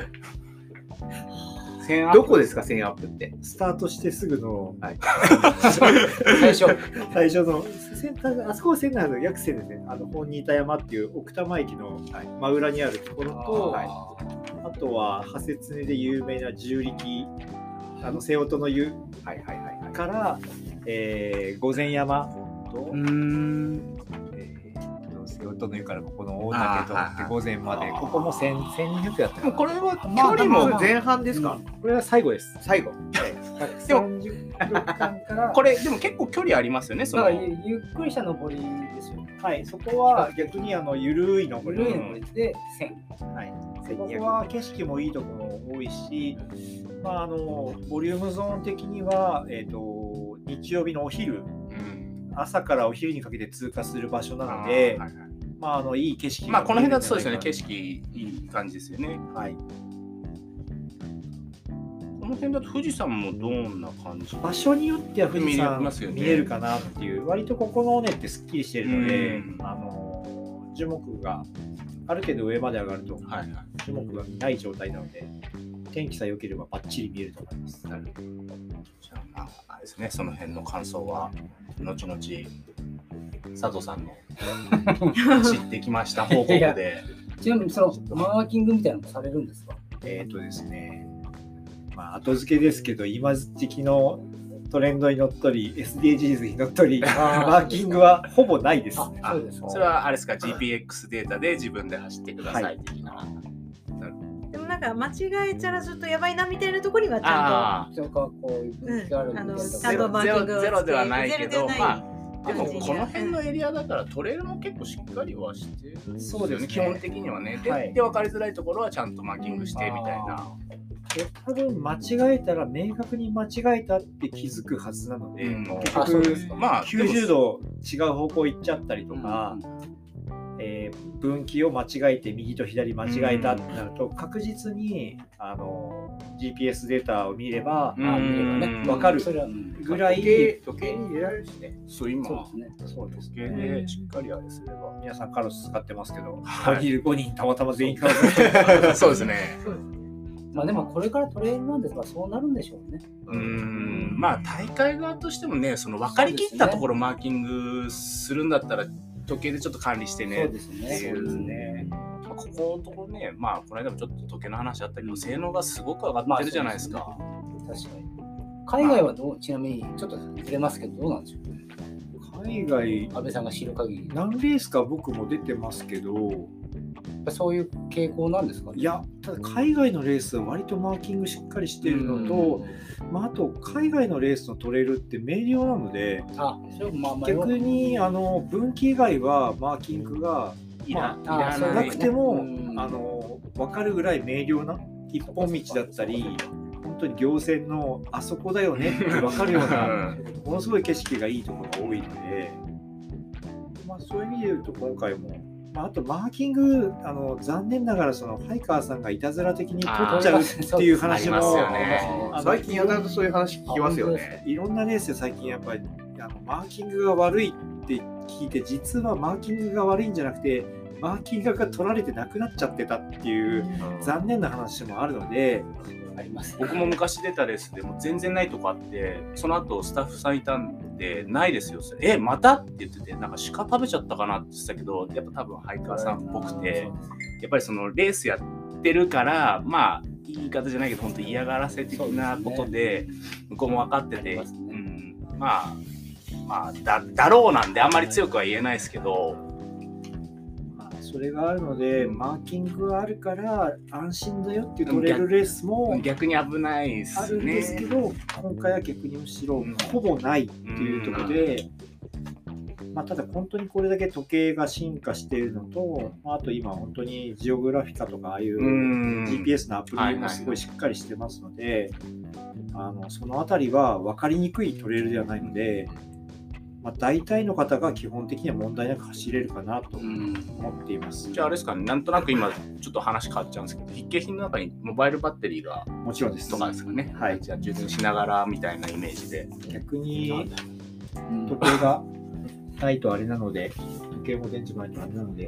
どこですか、せんアップって。 スタートしてすぐの、はい、 最初最初のあそこはせんなの約線ですね。あの本仁田山っていう奥多摩駅の真裏にあるところと、はい、あとはハセツネで有名な重力、あの瀬音の湯から、えー、御前山と、うーん瀬音の湯からここの大竹とって午前まで、ここもせんにひゃくやったかな。 これは距離も前半ですか？ これは最後です。 最後。 でもこれでも結構距離ありますよね。そのゆっくりした登りですよね。 はい、そこは逆にあの緩い登り。 緩い登りでせん。 はい。ここは景色もいいところも多いし、まああのボリュームゾーン的にはえっと日曜日のお昼。朝からお昼にかけて通過する場所なので、はいはい、まああのいい景色が。 まあこの辺だとそうですよね。景色いい感じですよね。 はい。 この辺だと富士山もどんな感じ？ 場所によっては富士山見えるかなっていう、割とここの尾根ってすっきりしているので、あの樹木がある程度上まで上がると、はいはい、樹木がない状態なので、天気さえ良ければバッチリ見えると思います。なるほど。 じゃあまああれですね、その辺の感想は後々佐藤さんの知ってきました報告で。 ちなみにそのマーキングみたいなのもされるんですか？ えっとですね、まあ後付けですけど、今時期のトレンドにのっとり エスディージーズ にのっとりマーキングはほぼないです。 あ、そうです。それはあれですか、 ジーピーエックス データで自分で走ってください的な。はい、 でもなんか間違えたらちょっとやばいなみたいなところにはちゃんと、 そうか、こういう分岐があるんですけど、 ちゃんとマーキングをゼロではないけど、まあでもこの辺のエリアだからトレイルも結構しっかりはしてるんですよね。そうですね、基本的にはね。で、はい、で分かりづらいところはちゃんとマーキングしてみたいな。 多分間違えたら明確に間違えたって気づくはずなので、うん、結局まあきゅうじゅうど違う方向行っちゃったりとか、うんえー、分岐を間違えて右と左間違えたってなると、うん、確実にあの ジーピーエス データを見れば、うん、あ見ればね分かるぐらい時計に入れられるしね。 そう今そうですね。 そうです時計でしっかりあれすれば。 皆さんカロス使ってますけど、はい、ごにんたまたま全員カロスそうですね。 まあでもこれからトレイルなんですがそうなるんでしょうね。 うーんまあ大会側としてもね、その分かりきったところマーキングするんだったら時計でちょっと管理してね。 そうですね。 そうですね。まあ、ここのところね、まあこの間もちょっと時計の話あったけど、性能がすごく上がってるじゃないですか。 まあ、ですね、確かに。海外はどう、ちなみにちょっとずれますけどどうなんでしょう。 海外、 安倍さんが知る限り。 何レースか僕も出てますけど。 そういう傾向なんですかね。 いや、ただ海外のレースは割とマーキングしっかりしているのと、まあ、あと海外のレースのトレイルって明瞭なので、 あまあまあ逆にあの分岐以外はマーキングが、まあ、なくても、あの分かるぐらい明瞭な一本道だったり、本当に行線のあそこだよねって分かるようなものすごい景色がいいところが多いので、まあ、そういう意味で言うと今回も、まあ、あとマーキングあの残念ながらそのハイカーさんがいたずら的に取っちゃうっていう話も最近やたらとそういう話聞きますよね。 いろんなレースで最近やっぱりあのマーキングが悪いって聞いて、実はマーキングが悪いんじゃなくてマーキングが取られてなくなっちゃってたっていう残念な話もあるので、 あります、ね、 僕も昔出たレースでも全然ないとこあって、その後スタッフさんいたんでないですよ、えまたって言ってて、なんか鹿食べちゃったかなって言ってたけど、やっぱ多分ハイカーさんっぽくて、やっぱりそのレースやってるから、まあ言い方じゃないけど本当嫌がらせ的なことで向こうも分かってて、うん、まあまあ だ, だろうなんであんまり強くは言えないですけど、 それがあるので、マーキングがあるから安心だよっていう取れるレースも逆に危ないですね。 あるんですけど、今回は逆にむしろほぼないっていうところで、まあ、ただ本当にこれだけ時計が進化しているのと、あと今本当にジオグラフィカとかああいう ジーピーエス のアプリもすごいしっかりしてますので、あのそのあたりは分かりにくいトレイルではないので、まあ、大体の方が基本的には問題なく走れるかなと思っています。 じゃああれですかね、なんとなく今ちょっと話変わっちゃうんですけど、筆記品の中にモバイルバッテリーがもちろんですとかですかね。 はい。 じゃあ充電しながらみたいなイメージで。 逆に時計がないとあれなので、時計も電池もないとあれなので、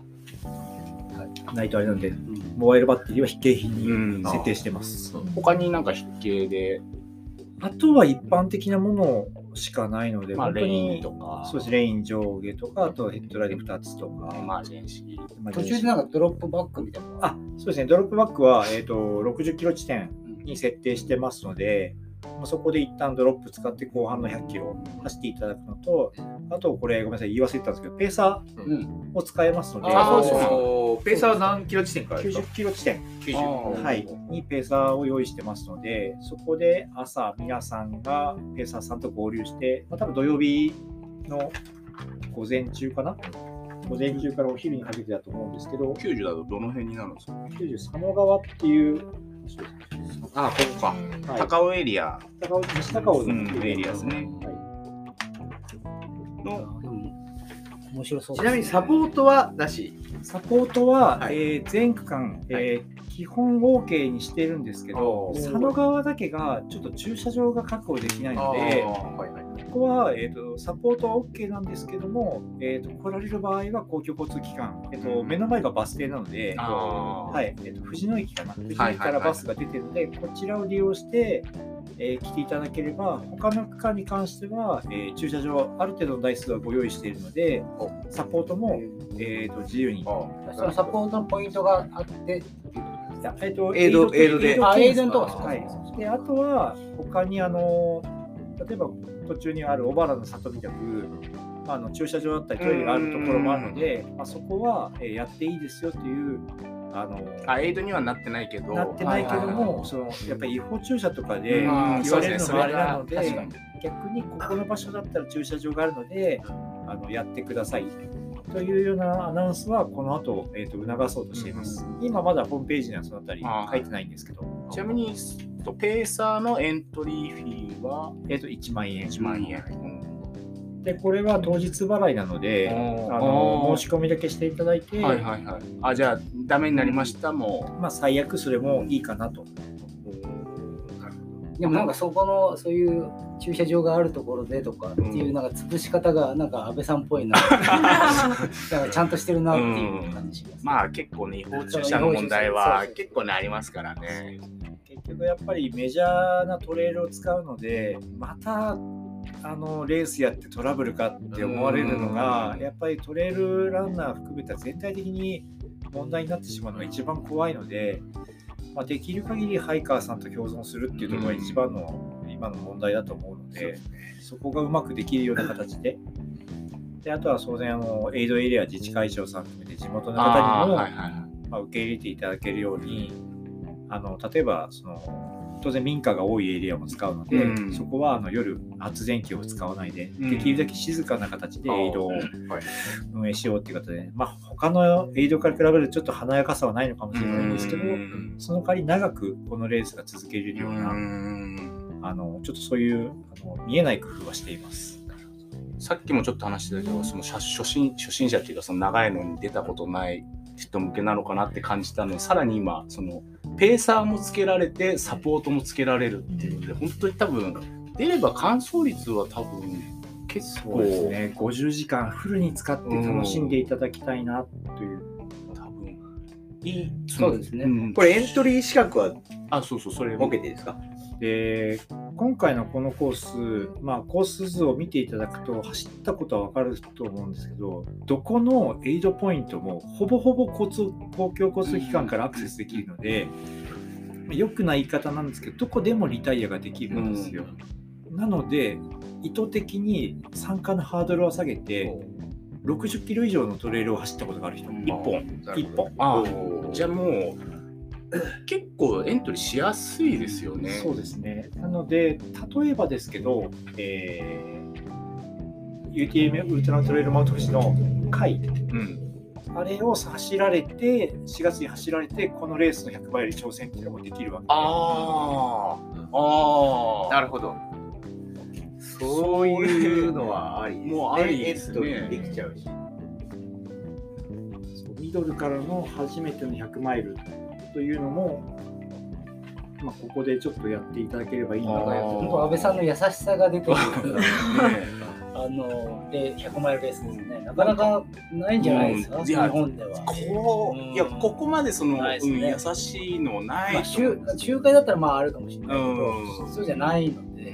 ないとあれなので、モバイルバッテリーは筆記品に設定してます。 うん、他になんか筆記で。 あとは一般的なものしかないので、 まあ、 本当にレインとか、 そうです、レイン上下とか、あとヘッドライトふたつとか、 エマージェンシー。 途中でなんかドロップバックみたいな。 あ、そうですね、ドロップバックは、えーと、ろくじゅっキロ地点に設定してますので、まあ、そこで一旦ドロップ使って後半のひゃっキロ走っていただくのと、あとこれごめんなさい言い忘れてたんですけど、ペーサーを使えますので、 ああそうペーサーは何キロ地点からきゅうじゅっキロ地点きゅうじゅう、 はい、にペーサーを用意してますので、そこで朝皆さんがペーサーさんと合流して、まあ、多分土曜日の午前中かな、午前中からお昼にかけてだと思うんですけど、 きゅうじゅうだとどの辺になるんですか？ きゅうじゅう佐野川っていうあ、ここか、はい、高尾エリア、 高尾西高尾のエリアですね。 はい、の面白そうですね。 ちなみにサポートはなし？ サポートは、 はい、 えー、全区間、えーはい、基本 OK にしてるんですけど、佐野川だけがちょっと駐車場が確保できないので、はいはい、ここは、えーと、サポートは OK なんですけども、えーと、来られる場合は公共交通機関、えーと、目の前がバス停なので、はいえーと、藤野駅かな、藤野駅からバスが出てるので、はいはいはい、こちらを利用して、えー、来ていただければ、他の区間に関しては、えー、駐車場ある程度の台数はご用意しているので、サポートも、えー、と自由に。 そのサポートのポイントがあって、 えー、とエイド、エイドで。 あ、エイドのところですか。はい。で、あとは、他にあの、例えば途中にある小原の里みたく、まあ、あの駐車場だったりトイレがあるところもあるので、まあ、そこは、えー、やっていいですよという、あのあエイドにはなってないけど、 なってないけども、そのやっぱり違法駐車とかで言われるのもあれなので、逆にここの場所だったら駐車場があるので、あのやってくださいというようなアナウンスはこの後、えー、と促そうとしています。うん、今まだホームページにはそのあたり書いてないんですけど。 ちなみにペーサーのエントリーフィーは、 えー、といちまんえん。 いちまんえん。 でこれは当日払いなので、あの申し込みだけしていただいて、 はいはいはい、あじゃあダメになりましたもう、まあ、最悪それもいいかなと。 でもなんかそこのそういう駐車場があるところでとかっていうなんか潰し方がなんか安倍さんっぽいなだからちゃんとしてるなっていう感じします、ね、 まあ結構ね違法駐車の問題は結構ねありますからね。 結局やっぱりメジャーなトレイルを使うのでまたあのレースやってトラブルかって思われるのがやっぱりトレイルランナー含めた全体的に問題になってしまうのが一番怖いので、まあ、できる限りハイカーさんと共存するっていうところが一番の今の問題だと思うので、そこがうまくできるような形で、であとは当然あのエイドエリア自治会長さん含めて地元の方にも、はいはいはい、まあ、受け入れていただけるように、あの例えばその当然民家が多いエリアも使うので、 うん、 そこはあの夜発電機を使わないで、 うん、 できるだけ静かな形でエイドを運営しようっていうことで、まあ、他のエイドから比べるとちょっと華やかさはないのかもしれないんですけど、うん、その代わり長くこのレースが続けられるような、うん、あのちょっとそういうあの見えない工夫はしています。 さっきもちょっと話してたけど、その初心初心者っていうかその長いのに出たことない人向けなのかなって感じたので、さらに今そのペーサーもつけられてサポートもつけられるっていうので、本当に多分出れば完走率は多分結構そうですね、ごじゅうじかんフルに使って楽しんでいただきたいなという、 うん、多分いいそうですね、 うん、これエントリー資格はあそうそうそれ設けてですか？ で今回のこのコース、まあ、コース図を見ていただくと走ったことは分かると思うんですけど、どこのエイドポイントもほぼほぼ交通公共交通機関からアクセスできるので、良くない言い方なんですけど、どこでもリタイアができるんですよ。うん、なので意図的に参加のハードルを下げてろくじゅっキロ以上のトレイルを走ったことがある人、いっぽんいっぽんあじゃあもう結構エントリーしやすいですよね。 そうですね。なので例えばですけど、えー、ユーティーエム ウルトラトレイルマウント富士の会、うん、あれを走られてしがつに走られてこのレースのひゃくばいより挑戦っていうのもできるわけで。 ああ、 なるほど。そういうのはありですね。 もうありですね。 エントリーできちゃうし。 ミドルからの初めてのひゃくマイルというのも、まあ、ここでちょっとやっていただければいいなと。 本当安倍さんの優しさが出てくる、ね、あのでひゃくマイルレースですね。なかなかないんじゃないですか、うん、日本では。 こう、うん、いやここまでその、ねうん、優しいのない、まあ、 周回だったらまああるかもしれないけど、うん、そうじゃないので、うん、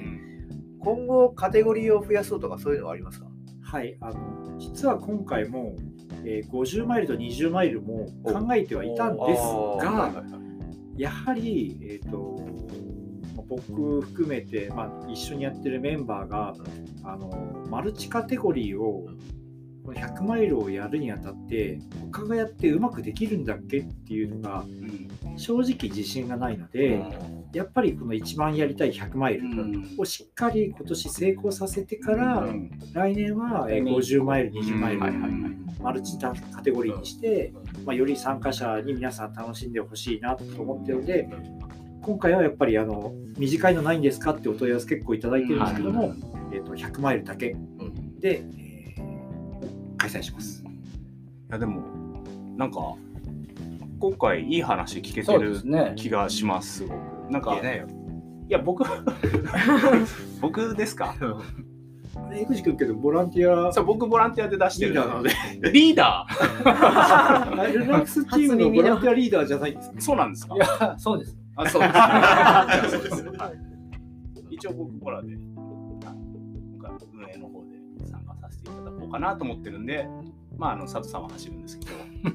今後カテゴリーを増やそうとかそういうのはありますか？ はい、あの実は今回もえー、ごじゅうマイルとにじゅうマイルも考えてはいたんですが、やはり、えーと、僕含めて、まあ、一緒にやってるメンバーがあのマルチカテゴリーをこのひゃくマイルをやるにあたって他がやってうまくできるんだっけっていうのが正直自信がないので、やっぱりこの一番やりたいひゃくマイルをしっかり今年成功させてから、来年はごじゅうマイル、にじゅうマイル、マルチカテゴリーにして、まあ、より参加者に皆さん楽しんでほしいなと思っているので、今回はやっぱりあの短いのないんですかってお問い合わせ結構いただいてるんですけども、えーとひゃくマイルだけで、えー、開催します。 いやでもなんか今回いい話聞けてる気がします。すごくなんかいや僕僕ですか？ 江口君けどボランティア、 そう僕ボランティアで出してるリーダーなのでリーダールナックスチームのボランティアリーダーじゃないんですか？ そうなんですか？ いやそうです。 あそうです。そうです。はい、一応僕ボラで今回運営の方で参加させていただこうかなと思ってるんで、まああの佐藤さんは走るんですけど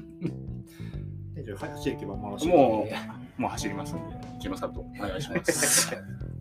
走る気は回してもうもう走りますんで、木村佐藤お願いします。で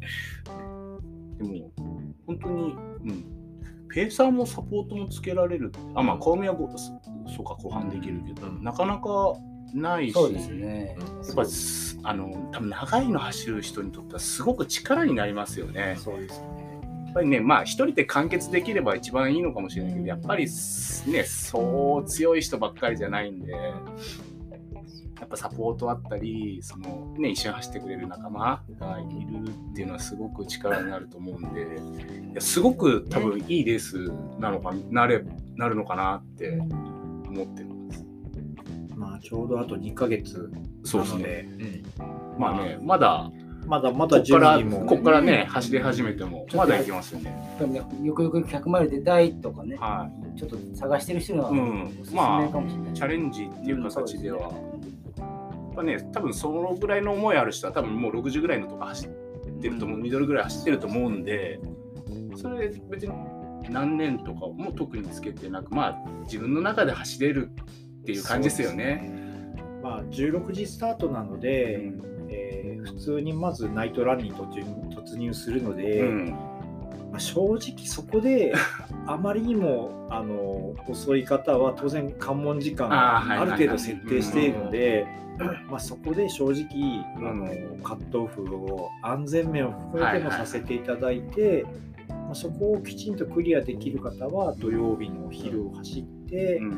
も本当に、うん、ペーサーもサポートもつけられる。あまあ小宮はそうか後半できるけど、うん、なかなかないし、 そうですね。 やっぱりあの多分長いの走る人にとってはすごく力になりますよね。 そうですね。 やっぱりね、まあ一人で完結できれば一番いいのかもしれないけど、やっぱりねそう強い人ばっかりじゃないんで。やっぱサポートあったり、そのね、一緒に走ってくれる仲間がいるっていうのはすごく力になると思うんで、いやすごく多分いいレースなのかなれなるのかなって思ってます。 まあちょうどあとにかげつそうですね。うん、まあね、まだまだまだここからここからね走り始めてもまだいけますよね。 よくよくひゃくマイル出たいとかね、 はい、ちょっと探してる人はおすすめかもしれない。 まあチャレンジっていう形では。ね、多分そのぐらいの思いある人は多分もうろくじゅうぐらいのとか走ってると思う、ミドルぐらい走ってると思うんで、それで別に何年とかも特につけてなく、まあ自分の中で走れるっていう感じですよね。 まあじゅうろくじスタートなので、うんえー、普通にまずナイトランに突入、突入するので、うんまあ、 あ、正直そこであまりにもあの遅い方は当然関門時間ある程度設定しているので、まあ、そこで正直あのカットオフを安全面を含めてもさせていただいて、まあ、そこをきちんとクリアできる方は土曜日のお昼を走って、うん、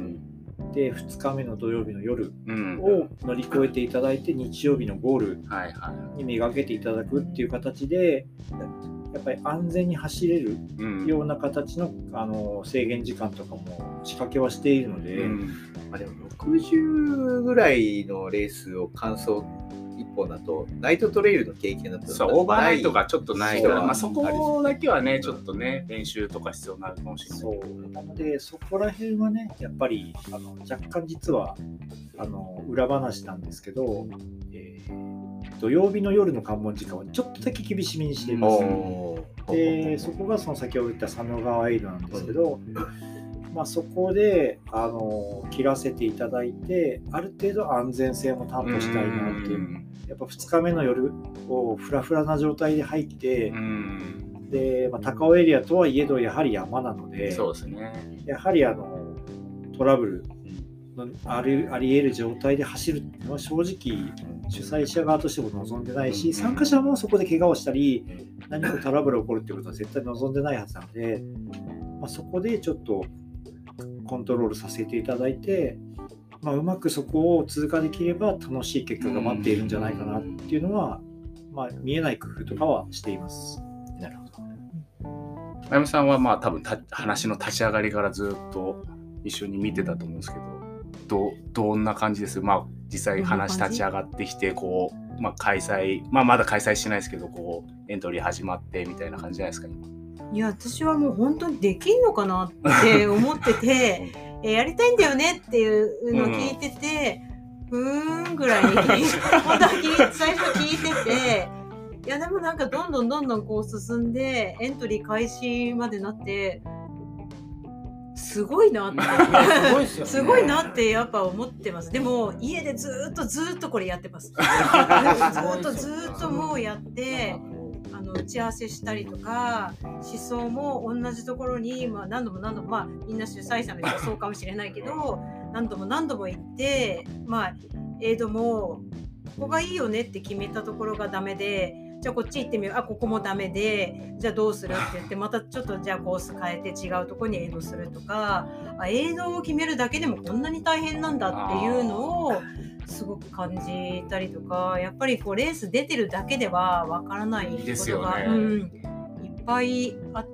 でふつかめの土曜日の夜を乗り越えていただいて、日曜日のゴールにめがけていただくっていう形でやっぱり安全に走れるような形の、うん、あの制限時間とかも仕掛けはしているので、うん、 まあ、でもろくじゅうぐらいのレースを完走一本だとナイトトレイルの経験だとそうオーバーナイトがちょっとないから、まあ、そこだけはねちょっとね練習とか必要になるかもしれない。 そうなのでそこら辺はねやっぱりあの若干実はあの裏話なんですけど、えー、土曜日の夜の関門時間はちょっとだけ厳しめにしています。でそこがその先ほど言った佐野川エイドなんですけど、まあ、そこであの切らせていただいてある程度安全性も担保したいなっていう、やっぱふつかめの夜をフラフラな状態で入って、で、まあ、高尾エリアとはいえどやはり山なので、 そうですね、 やはりあのトラブルのあり、あり得る状態で走るっていうのは正直主催者側としても望んでないし、参加者もそこで怪我をしたり何かトラブルが起こるってことは絶対望んでないはずなので、まあ、そこでちょっとコントロールさせていただいて、まあ、うまくそこを通過できれば楽しい結果が待っているんじゃないかなっていうのは、まあ、見えない工夫とかはしています。 なるほど。あやむさんはまあ多分た話の立ち上がりからずっと一緒に見てたと思うんですけど、ど, どんな感じです？まあ、実際話立ち上がってきてこう、まあ、開催、まあ、まだ開催してないですけどこうエントリー始まってみたいな感じじゃないですか今。 いや私はもう本当にできんのかなって思っててえやりたいんだよねっていうのを聞いてて、うん、うーんぐらいに本当は最初聞いてて、いやでもなんかどんどんどんどんこう進んでエントリー開始までなってすごいなってすごいっすよね、すごいなってやっぱ思ってます。でも家でずっとずっとこれやってますずっとずっともうやってあの打ち合わせしたりとか思想も同じところに、まあ、何度も何度も、まあ、みんな主催者の人はそうかもしれないけど何度も何度も行って、まあ、エイドもここがいいよねって決めたところがダメで、じゃあこっち行ってみよう、あここもダメで、じゃあどうするって言ってまたちょっとじゃあコース変えて違うところにエイドするとか、あエイドを決めるだけでもこんなに大変なんだっていうのをすごく感じたりとか、やっぱりこうレース出てるだけではわからないことが、ね、うん、いっぱいあって、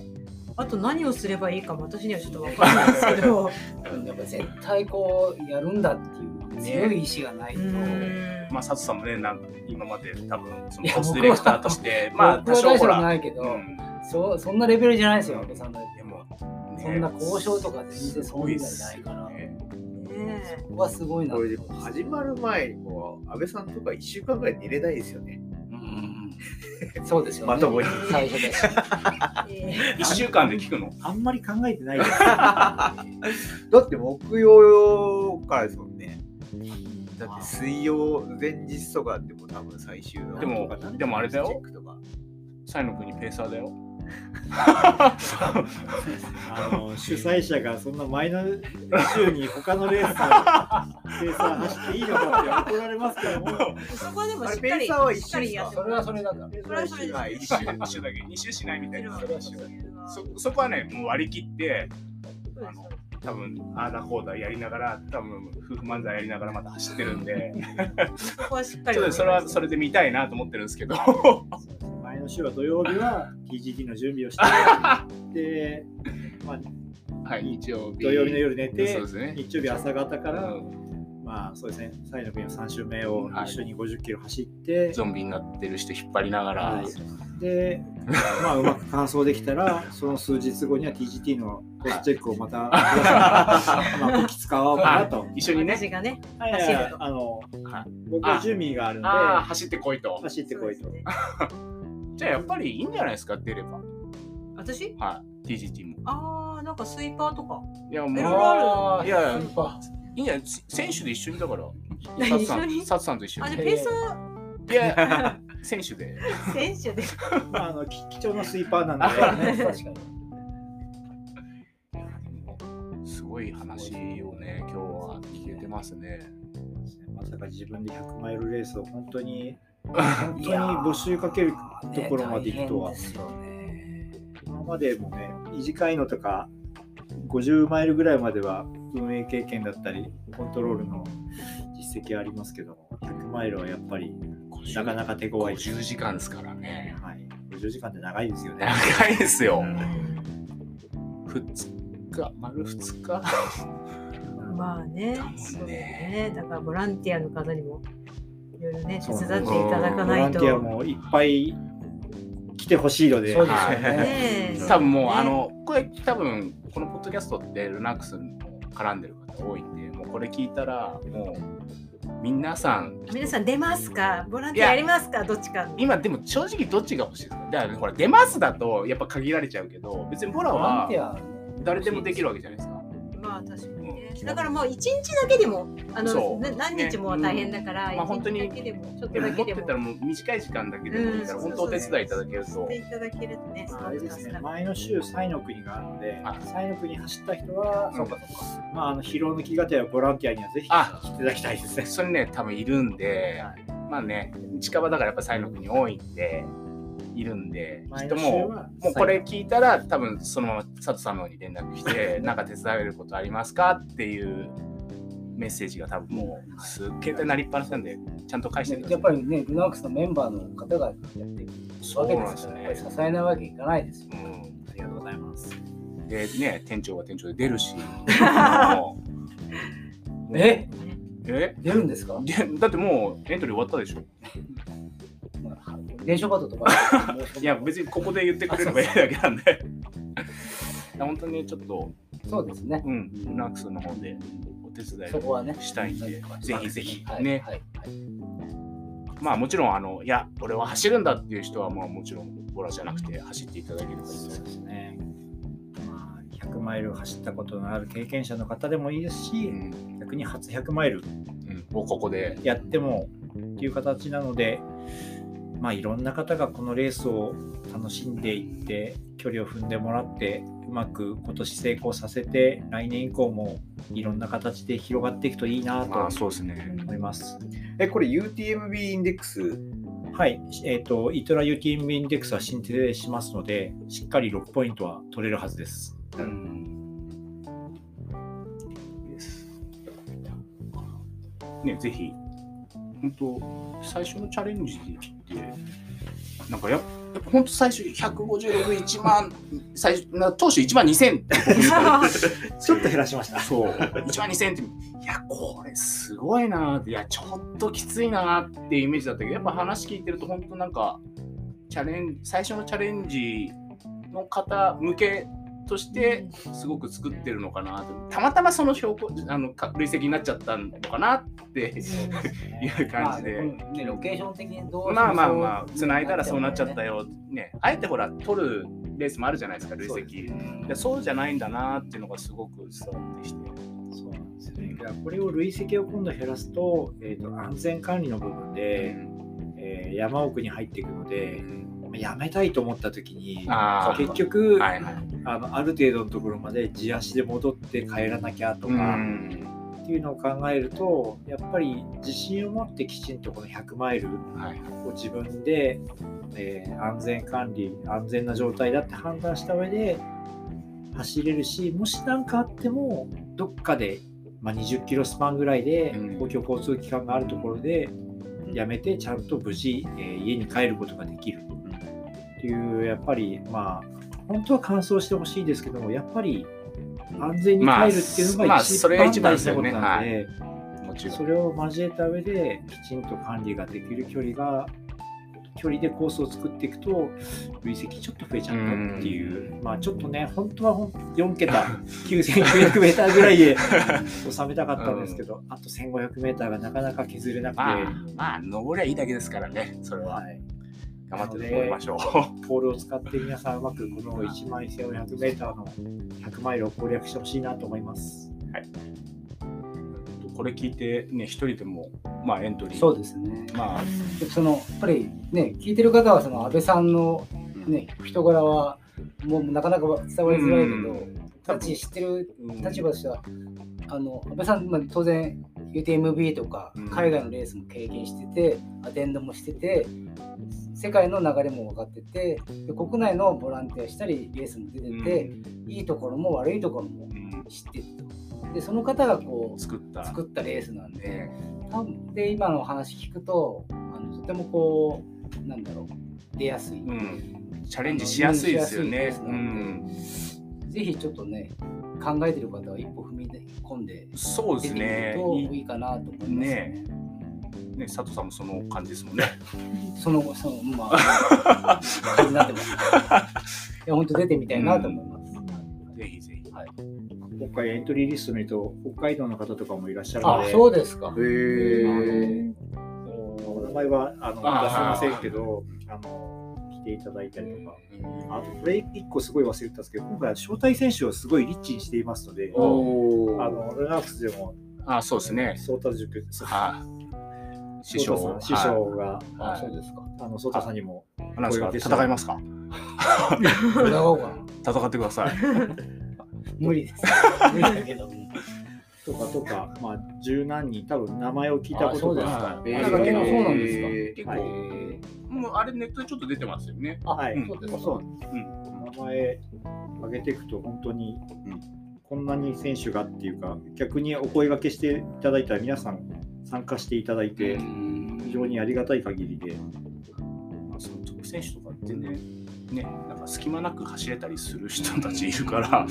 あと何をすればいいかも私にはちょっとわからないですけどやっぱ絶対こうやるんだっていう強い意志がないと、 ね、まあ佐藤さんもねなん今まで多分そのコースディレクターとしてまあ多少ほらないけど、うん、そ, そんなレベルじゃないですよ安倍さんのでも、ね、そんな交渉とか全然そういうのないから。そこはすごいな。 これでも始まる前にも安倍さんとかいっしゅうかんぐらい寝れないですよね。 うん、そうですよね。 まともに最初だし。 いっしゅうかんで聞くの？ あんまり考えてないです。 だって木曜からですもんね。だって水曜前日とかでも多分最終のでもでもあれだよ。サイの国ペーサーだよ。 あの主催者がそんな前の週に他のレースのペーサー走っていいのかって怒られますけども、 そこはでもしっかりペーサーは一周ですか？ それはそれだから。 それはそれで一周一周だけ二周しないみたいな。そそこはねもう割り切ってあの多分アーダーコーダーやりながら多分夫婦漫才やりながらまた走ってるんで、 そこはしっかり。 ちょっとそれはそれで見たいなと思ってるんですけど。 前の週は土曜日は ティージーティー の準備をしてで、まあはい、日曜日土曜日の夜寝て、 そうですね、 日曜日朝方から、うん、まあそうですね、サイの国のさん週目を一緒にごじゅっキロ走って、はい、 ゾンビになってる人引っ張りながら、はい、 で、まあうまく完走できたらその数日後には ティージーティー のコースチェックをまた、はい、まあこき使おうかなと一緒にね、私がね走ると、 あの、はい、僕は準備があるので、 あ走ってこいと走ってこいと。 じゃあやっぱりいいんじゃないですか出れば。 私？ はい。ティージーティー も。 ああなんかスイーパーとか。 いやもう。 あいやいやいいんじゃない選手で一緒にだから。 一緒に。 サツさんと一緒に。 あれペーサー。いや選手で選手でまあ、あの貴重なスイーパーなんで、 確かに。 すごい話をね今日は聞けてますね。 まさか自分でひゃくマイルレースを本当に本当に募集かけるところまで行くとは、今までもね短いのとかごじゅうマイルぐらいまでは運営経験だったりコントロールの実績ありますけど、ひゃくマイルはやっぱりなかなか手強い。 ごじゅうじかんですからね。 はい、ごじゅうじかんって長いですよね。 長いですよ。 うん、 ふつか丸ふつかまあね、そうね。だからボランティアの方にもいろいろね手伝っていただかないと。 ボランティアもいっぱい来てほしいので。 そうですよね。 多分もう、ね、あのこれ多分このポッドキャストってルナックスに絡んでる方多いんで、もうこれ聞いたらもう皆さん皆さん出ますか、ボランティアやりますか、どっちか。 今でも正直どっちが欲しいですか。だからほら出ますだとやっぱ限られちゃうけど、別にボラは誰でもできるわけじゃないですか。 まあ確かにね。だからもう一日だけでもあの何日も大変だから、 ね、まあ本当にだけでもちょっとだけでも。 持ってたらもう短い時間だけでもいいから、うん、本当お手伝いいただけると。 いただけるとね。 あれですね。前の週サイの国があるので、サイの国走った人は、そうかそうか。まああの疲労抜きがてらボランティアにはぜひ来ていただきたいですね。 それね多分いるんで、はい、まあね近場だからやっぱサイの国多いんで。いるんで、人ももうこれ聞いたら多分そのまま佐藤さんの方に連絡してなんか手伝えることありますかっていうメッセージが多分もうすっげえなりっぱなしなんでちゃんと返してる。 やっぱりねルナックスのメンバーの方がやっていくわけですからね。支えないわけいかないですよ、うん。 ありがとうございます。 でね店長は店長で出るし。 ええ出るんですか？ だってもうエントリー終わったでしょ。 電書バトとかいや別にここで言ってくれればいいだけなんで本当にちょっとそうですね、 うん、ルナックスの方でお手伝いしたいんで、ね、ぜひぜひ、はい、ね、はいはい、まあもちろんあのいや俺は走るんだっていう人はまあもちろんボラじゃなくて走っていただければいいです。 そうですね、まあ、ひゃくマイル走ったことのある経験者の方でもいいですし、うん、逆に初ひゃくマイルをここでやってもっていう形なので、まあ、いろんな方がこのレースを楽しんでいって距離を踏んでもらってうまく今年成功させて来年以降もいろんな形で広がっていくといいなと思います。 えこれ ユーティーエムビー インデックスはい、えーと、イトラ ユーティーエムビー インデックスは申請しますのでしっかりろくポイントは取れるはずです。うん、 ね、ぜひ本当最初のチャレンジってなんかや本当最初ひゃくごじゅうろく、いちまん最初当初いちまんにせんってちょっと減らしました。 そういちまんにせんっていやこれすごいなっていやちょっときついなっていうイメージだったけどやっぱ話聞いてると本当なんかチャレン最初のチャレンジの方向けとしてすごく作ってるのかなとたまたまその標高あの累積になっちゃったのかなっていう感じで、 まあね、ロケーション的にどうまあまあまあ繋いだらそうなっちゃったよね。あえてほら取るレースもあるじゃないですか累積そうでそうじゃないんだなっていうのがすごく伝わってきてそうなんですよね。これを累積を今度減らすと、えーと、安全管理の部分で、うんえー、山奥に入っていくので、うんやめたいと思った時に結局、はいはい、あのある程度のところまで地足で戻って帰らなきゃとかっていうのを考えるとやっぱり自信を持ってきちんとこのひゃくマイルを自分で、えー、安全管理安全な状態だって判断した上で走れるしもし何かあってもどっかで、まあ、にじゅっキロスパンぐらいで公共交通機関があるところでやめてちゃんと無事、えー、家に帰ることができるっていうやっぱりまあ本当は完走してほしいですけどもやっぱり安全に帰るっていうのが一番大事なことなので、まあまあ そ, それを交えた上できちんと管理ができる距離が距離でコースを作っていくと累積ちょっと増えちゃったっていうまあちょっとね本当はよんけたきゅうせんきゅうひゃくメーターぐらいで収めたかったんですけど、うん、あとせんごひゃくメーターがなかなか削れなくてまあ、まあ、登りゃいいだけですからねそれは、はい頑張って登りましょう。 ポールを使って皆さんうまくこのいちまんせんよんひゃくメーターのひゃくマイルを攻略してほしいなと思います。はい。 これ聞いてね一人でもまあエントリーそうですね。 まあそのやっぱりね聞いてる方はその安倍さんのね人柄はもうなかなか伝わりづらいけど、たち知ってる立場としては、あの安倍さん、まあ、当然 ユーティーエムビー とか海外のレースも経験してて、アテンドもしてて、世界の流れも分かってて、で国内のボランティアしたりレースも出てて、いいところも悪いところも知ってると。でその方がこう作った作ったレースなんで、多分で今のお話聞くとあのとてもこうなんだろう出やすい、うん、 チャレンジしやすいですよね。 うん、ぜひちょっとね考えてる方は一歩踏み込んでそうですね。 といいかなと思いますね。 ね、佐藤さんもその感じですもんね。 そのそのまあ感じになってます、ね。いや本当出てみたいなと思います。 うん、ぜひぜひ。はい。 今回エントリーリスト見ると北海道の方とかもいらっしゃるので。 あ、そうですか。へえ。お名前はあの出せませんけど、あの来ていただいたりとか。あとこれ一個すごい忘れてたんですけど、今回は招待選手をすごいリッチにしていますので、あのルナークスでもあそうですね。 ソータ塾はい。師匠師匠が、 あ、そうですか。 あのソータさんにも声掛け戦いますか。 戦おうかな。戦ってください。 無理です。無理だけど。 とかとか、まあ十何人多分名前を聞いたことがある。そうなんですか。 結構もうあれネットでちょっと出てますよね。 はい。そうです。そう。名前上げていくと本当にこんなに選手がっていうか、逆にお声掛けしていただいた皆さん参加していただいて非常にありがたい限りで、 まあ、そのトップ選手とかってね、ね、なんか隙間なく走れたりする人たちいるから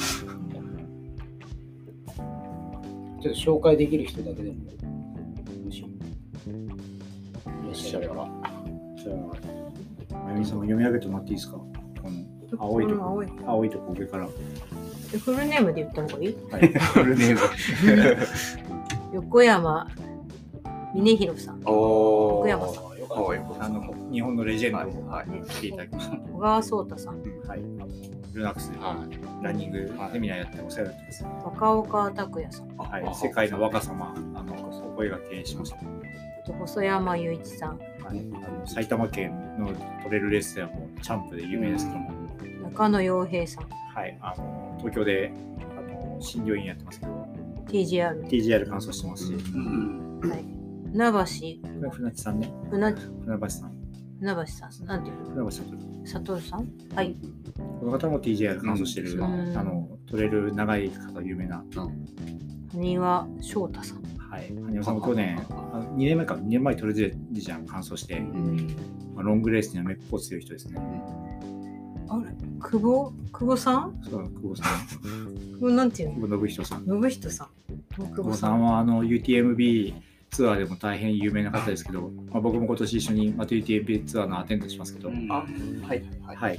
ちょっと紹介できる人だけでももしいらっしゃれば、 じゃああゆみさんも読み上げてもらっていいですか。この青いとこ青い青いとこ上からフルネームで言った方がいい？ はい、フルネーム横山峰弘さん。横山さん。 あの日本のレジェンドを来ていただきました。 小川壮太さん。 はい。ルナックスでランニングセミナーやってお世話になってます。 若岡拓也さん。 はい。世界の若様あのお声がけしました。 細山雄一さん。 はい。あの埼玉県のトレイルレースではもうチャンプで有名ですけども。 中野洋平さん。 はい。あの東京であの診療院やってますけど。 ティージーアール。 ティージーアール 完走してますし。 はい。船橋。 船橋さんね。 船船橋さん。 船橋さん。なんていうの？船橋悟さん。はい。 この方も ティージェーアール 完走してる、うん、あのトレイル長い方有名な。 埴輪翔太さん。 はい。埴輪さんも去年、にねんまえか、にねんまえトレイルジャン完走して、うんまあ、ロングレースにはめっぽう強い人ですね。 あれ久保久保さん？ そう、久保さん。 久保なんていうの？ 久保信人さん。 信人さん。 久保さんはあの ユーティーエムビー ツアーでも大変有名な方ですけど、まあ、僕も今年一緒に ユーティーエムビー ツアーのアテンドしますけど、うん、 あ、はい、 はい。はい、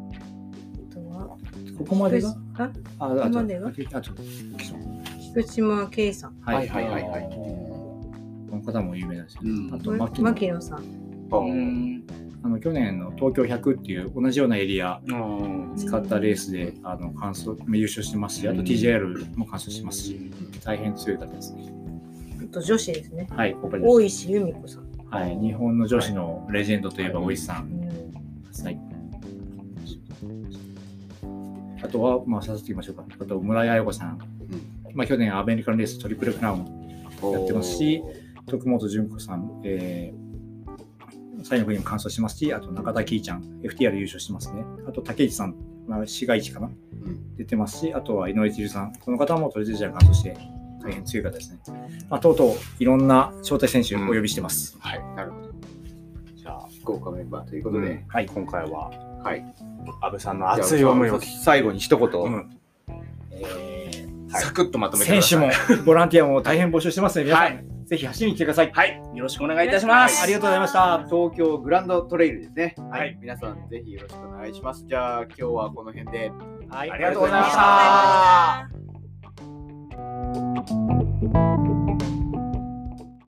ここまでがあ、あ、ここまでがあと菊島圭さん。 はいはいはいはい。この方も有名ですよね。うん、あと牧野さん。 うんあの去年の東京ひゃくっていう同じようなエリア使ったレースであの完走優勝してますし、あと ティージェーアール も完走してますし、大変強い方ですね。 あと女子ですね。 はい、 大石由美子さん。 はい、日本の女子のレジェンドといえば大石さん。はい。あとはまあさせていきましょうか。あと村井彩子さん。うん、まあ去年アメリカンレーストリプルクラウンやってますし、徳本純子さん。えー最後にも完走してますし、あと中田キーちゃん、エフティーアール 優勝してますね。あと竹内さん、まあ、市街地かな、うん、出てますし、あとは井上千鶴さん、この方もトレジャー完走して大変強い方ですね。まあ、とうとういろんな招待選手をお呼びしてます。 うん、はい、なるほど。じゃあ、豪華メンバーということで、うん、 はい、今回は、 はい、 安倍さんの熱い思いを最後に一言、うんえーはい、サクッとまとめてください。 選手もボランティアも大変募集してますので、皆さん、はいぜひ走りに来てください。 はい、よろしくお願いいたします。 はい、ありがとうございました。 東京グランドトレイルですね。はい、はい、皆さんぜひよろしくお願いします。じゃあ今日はこの辺で、 はい、ありがとうございました。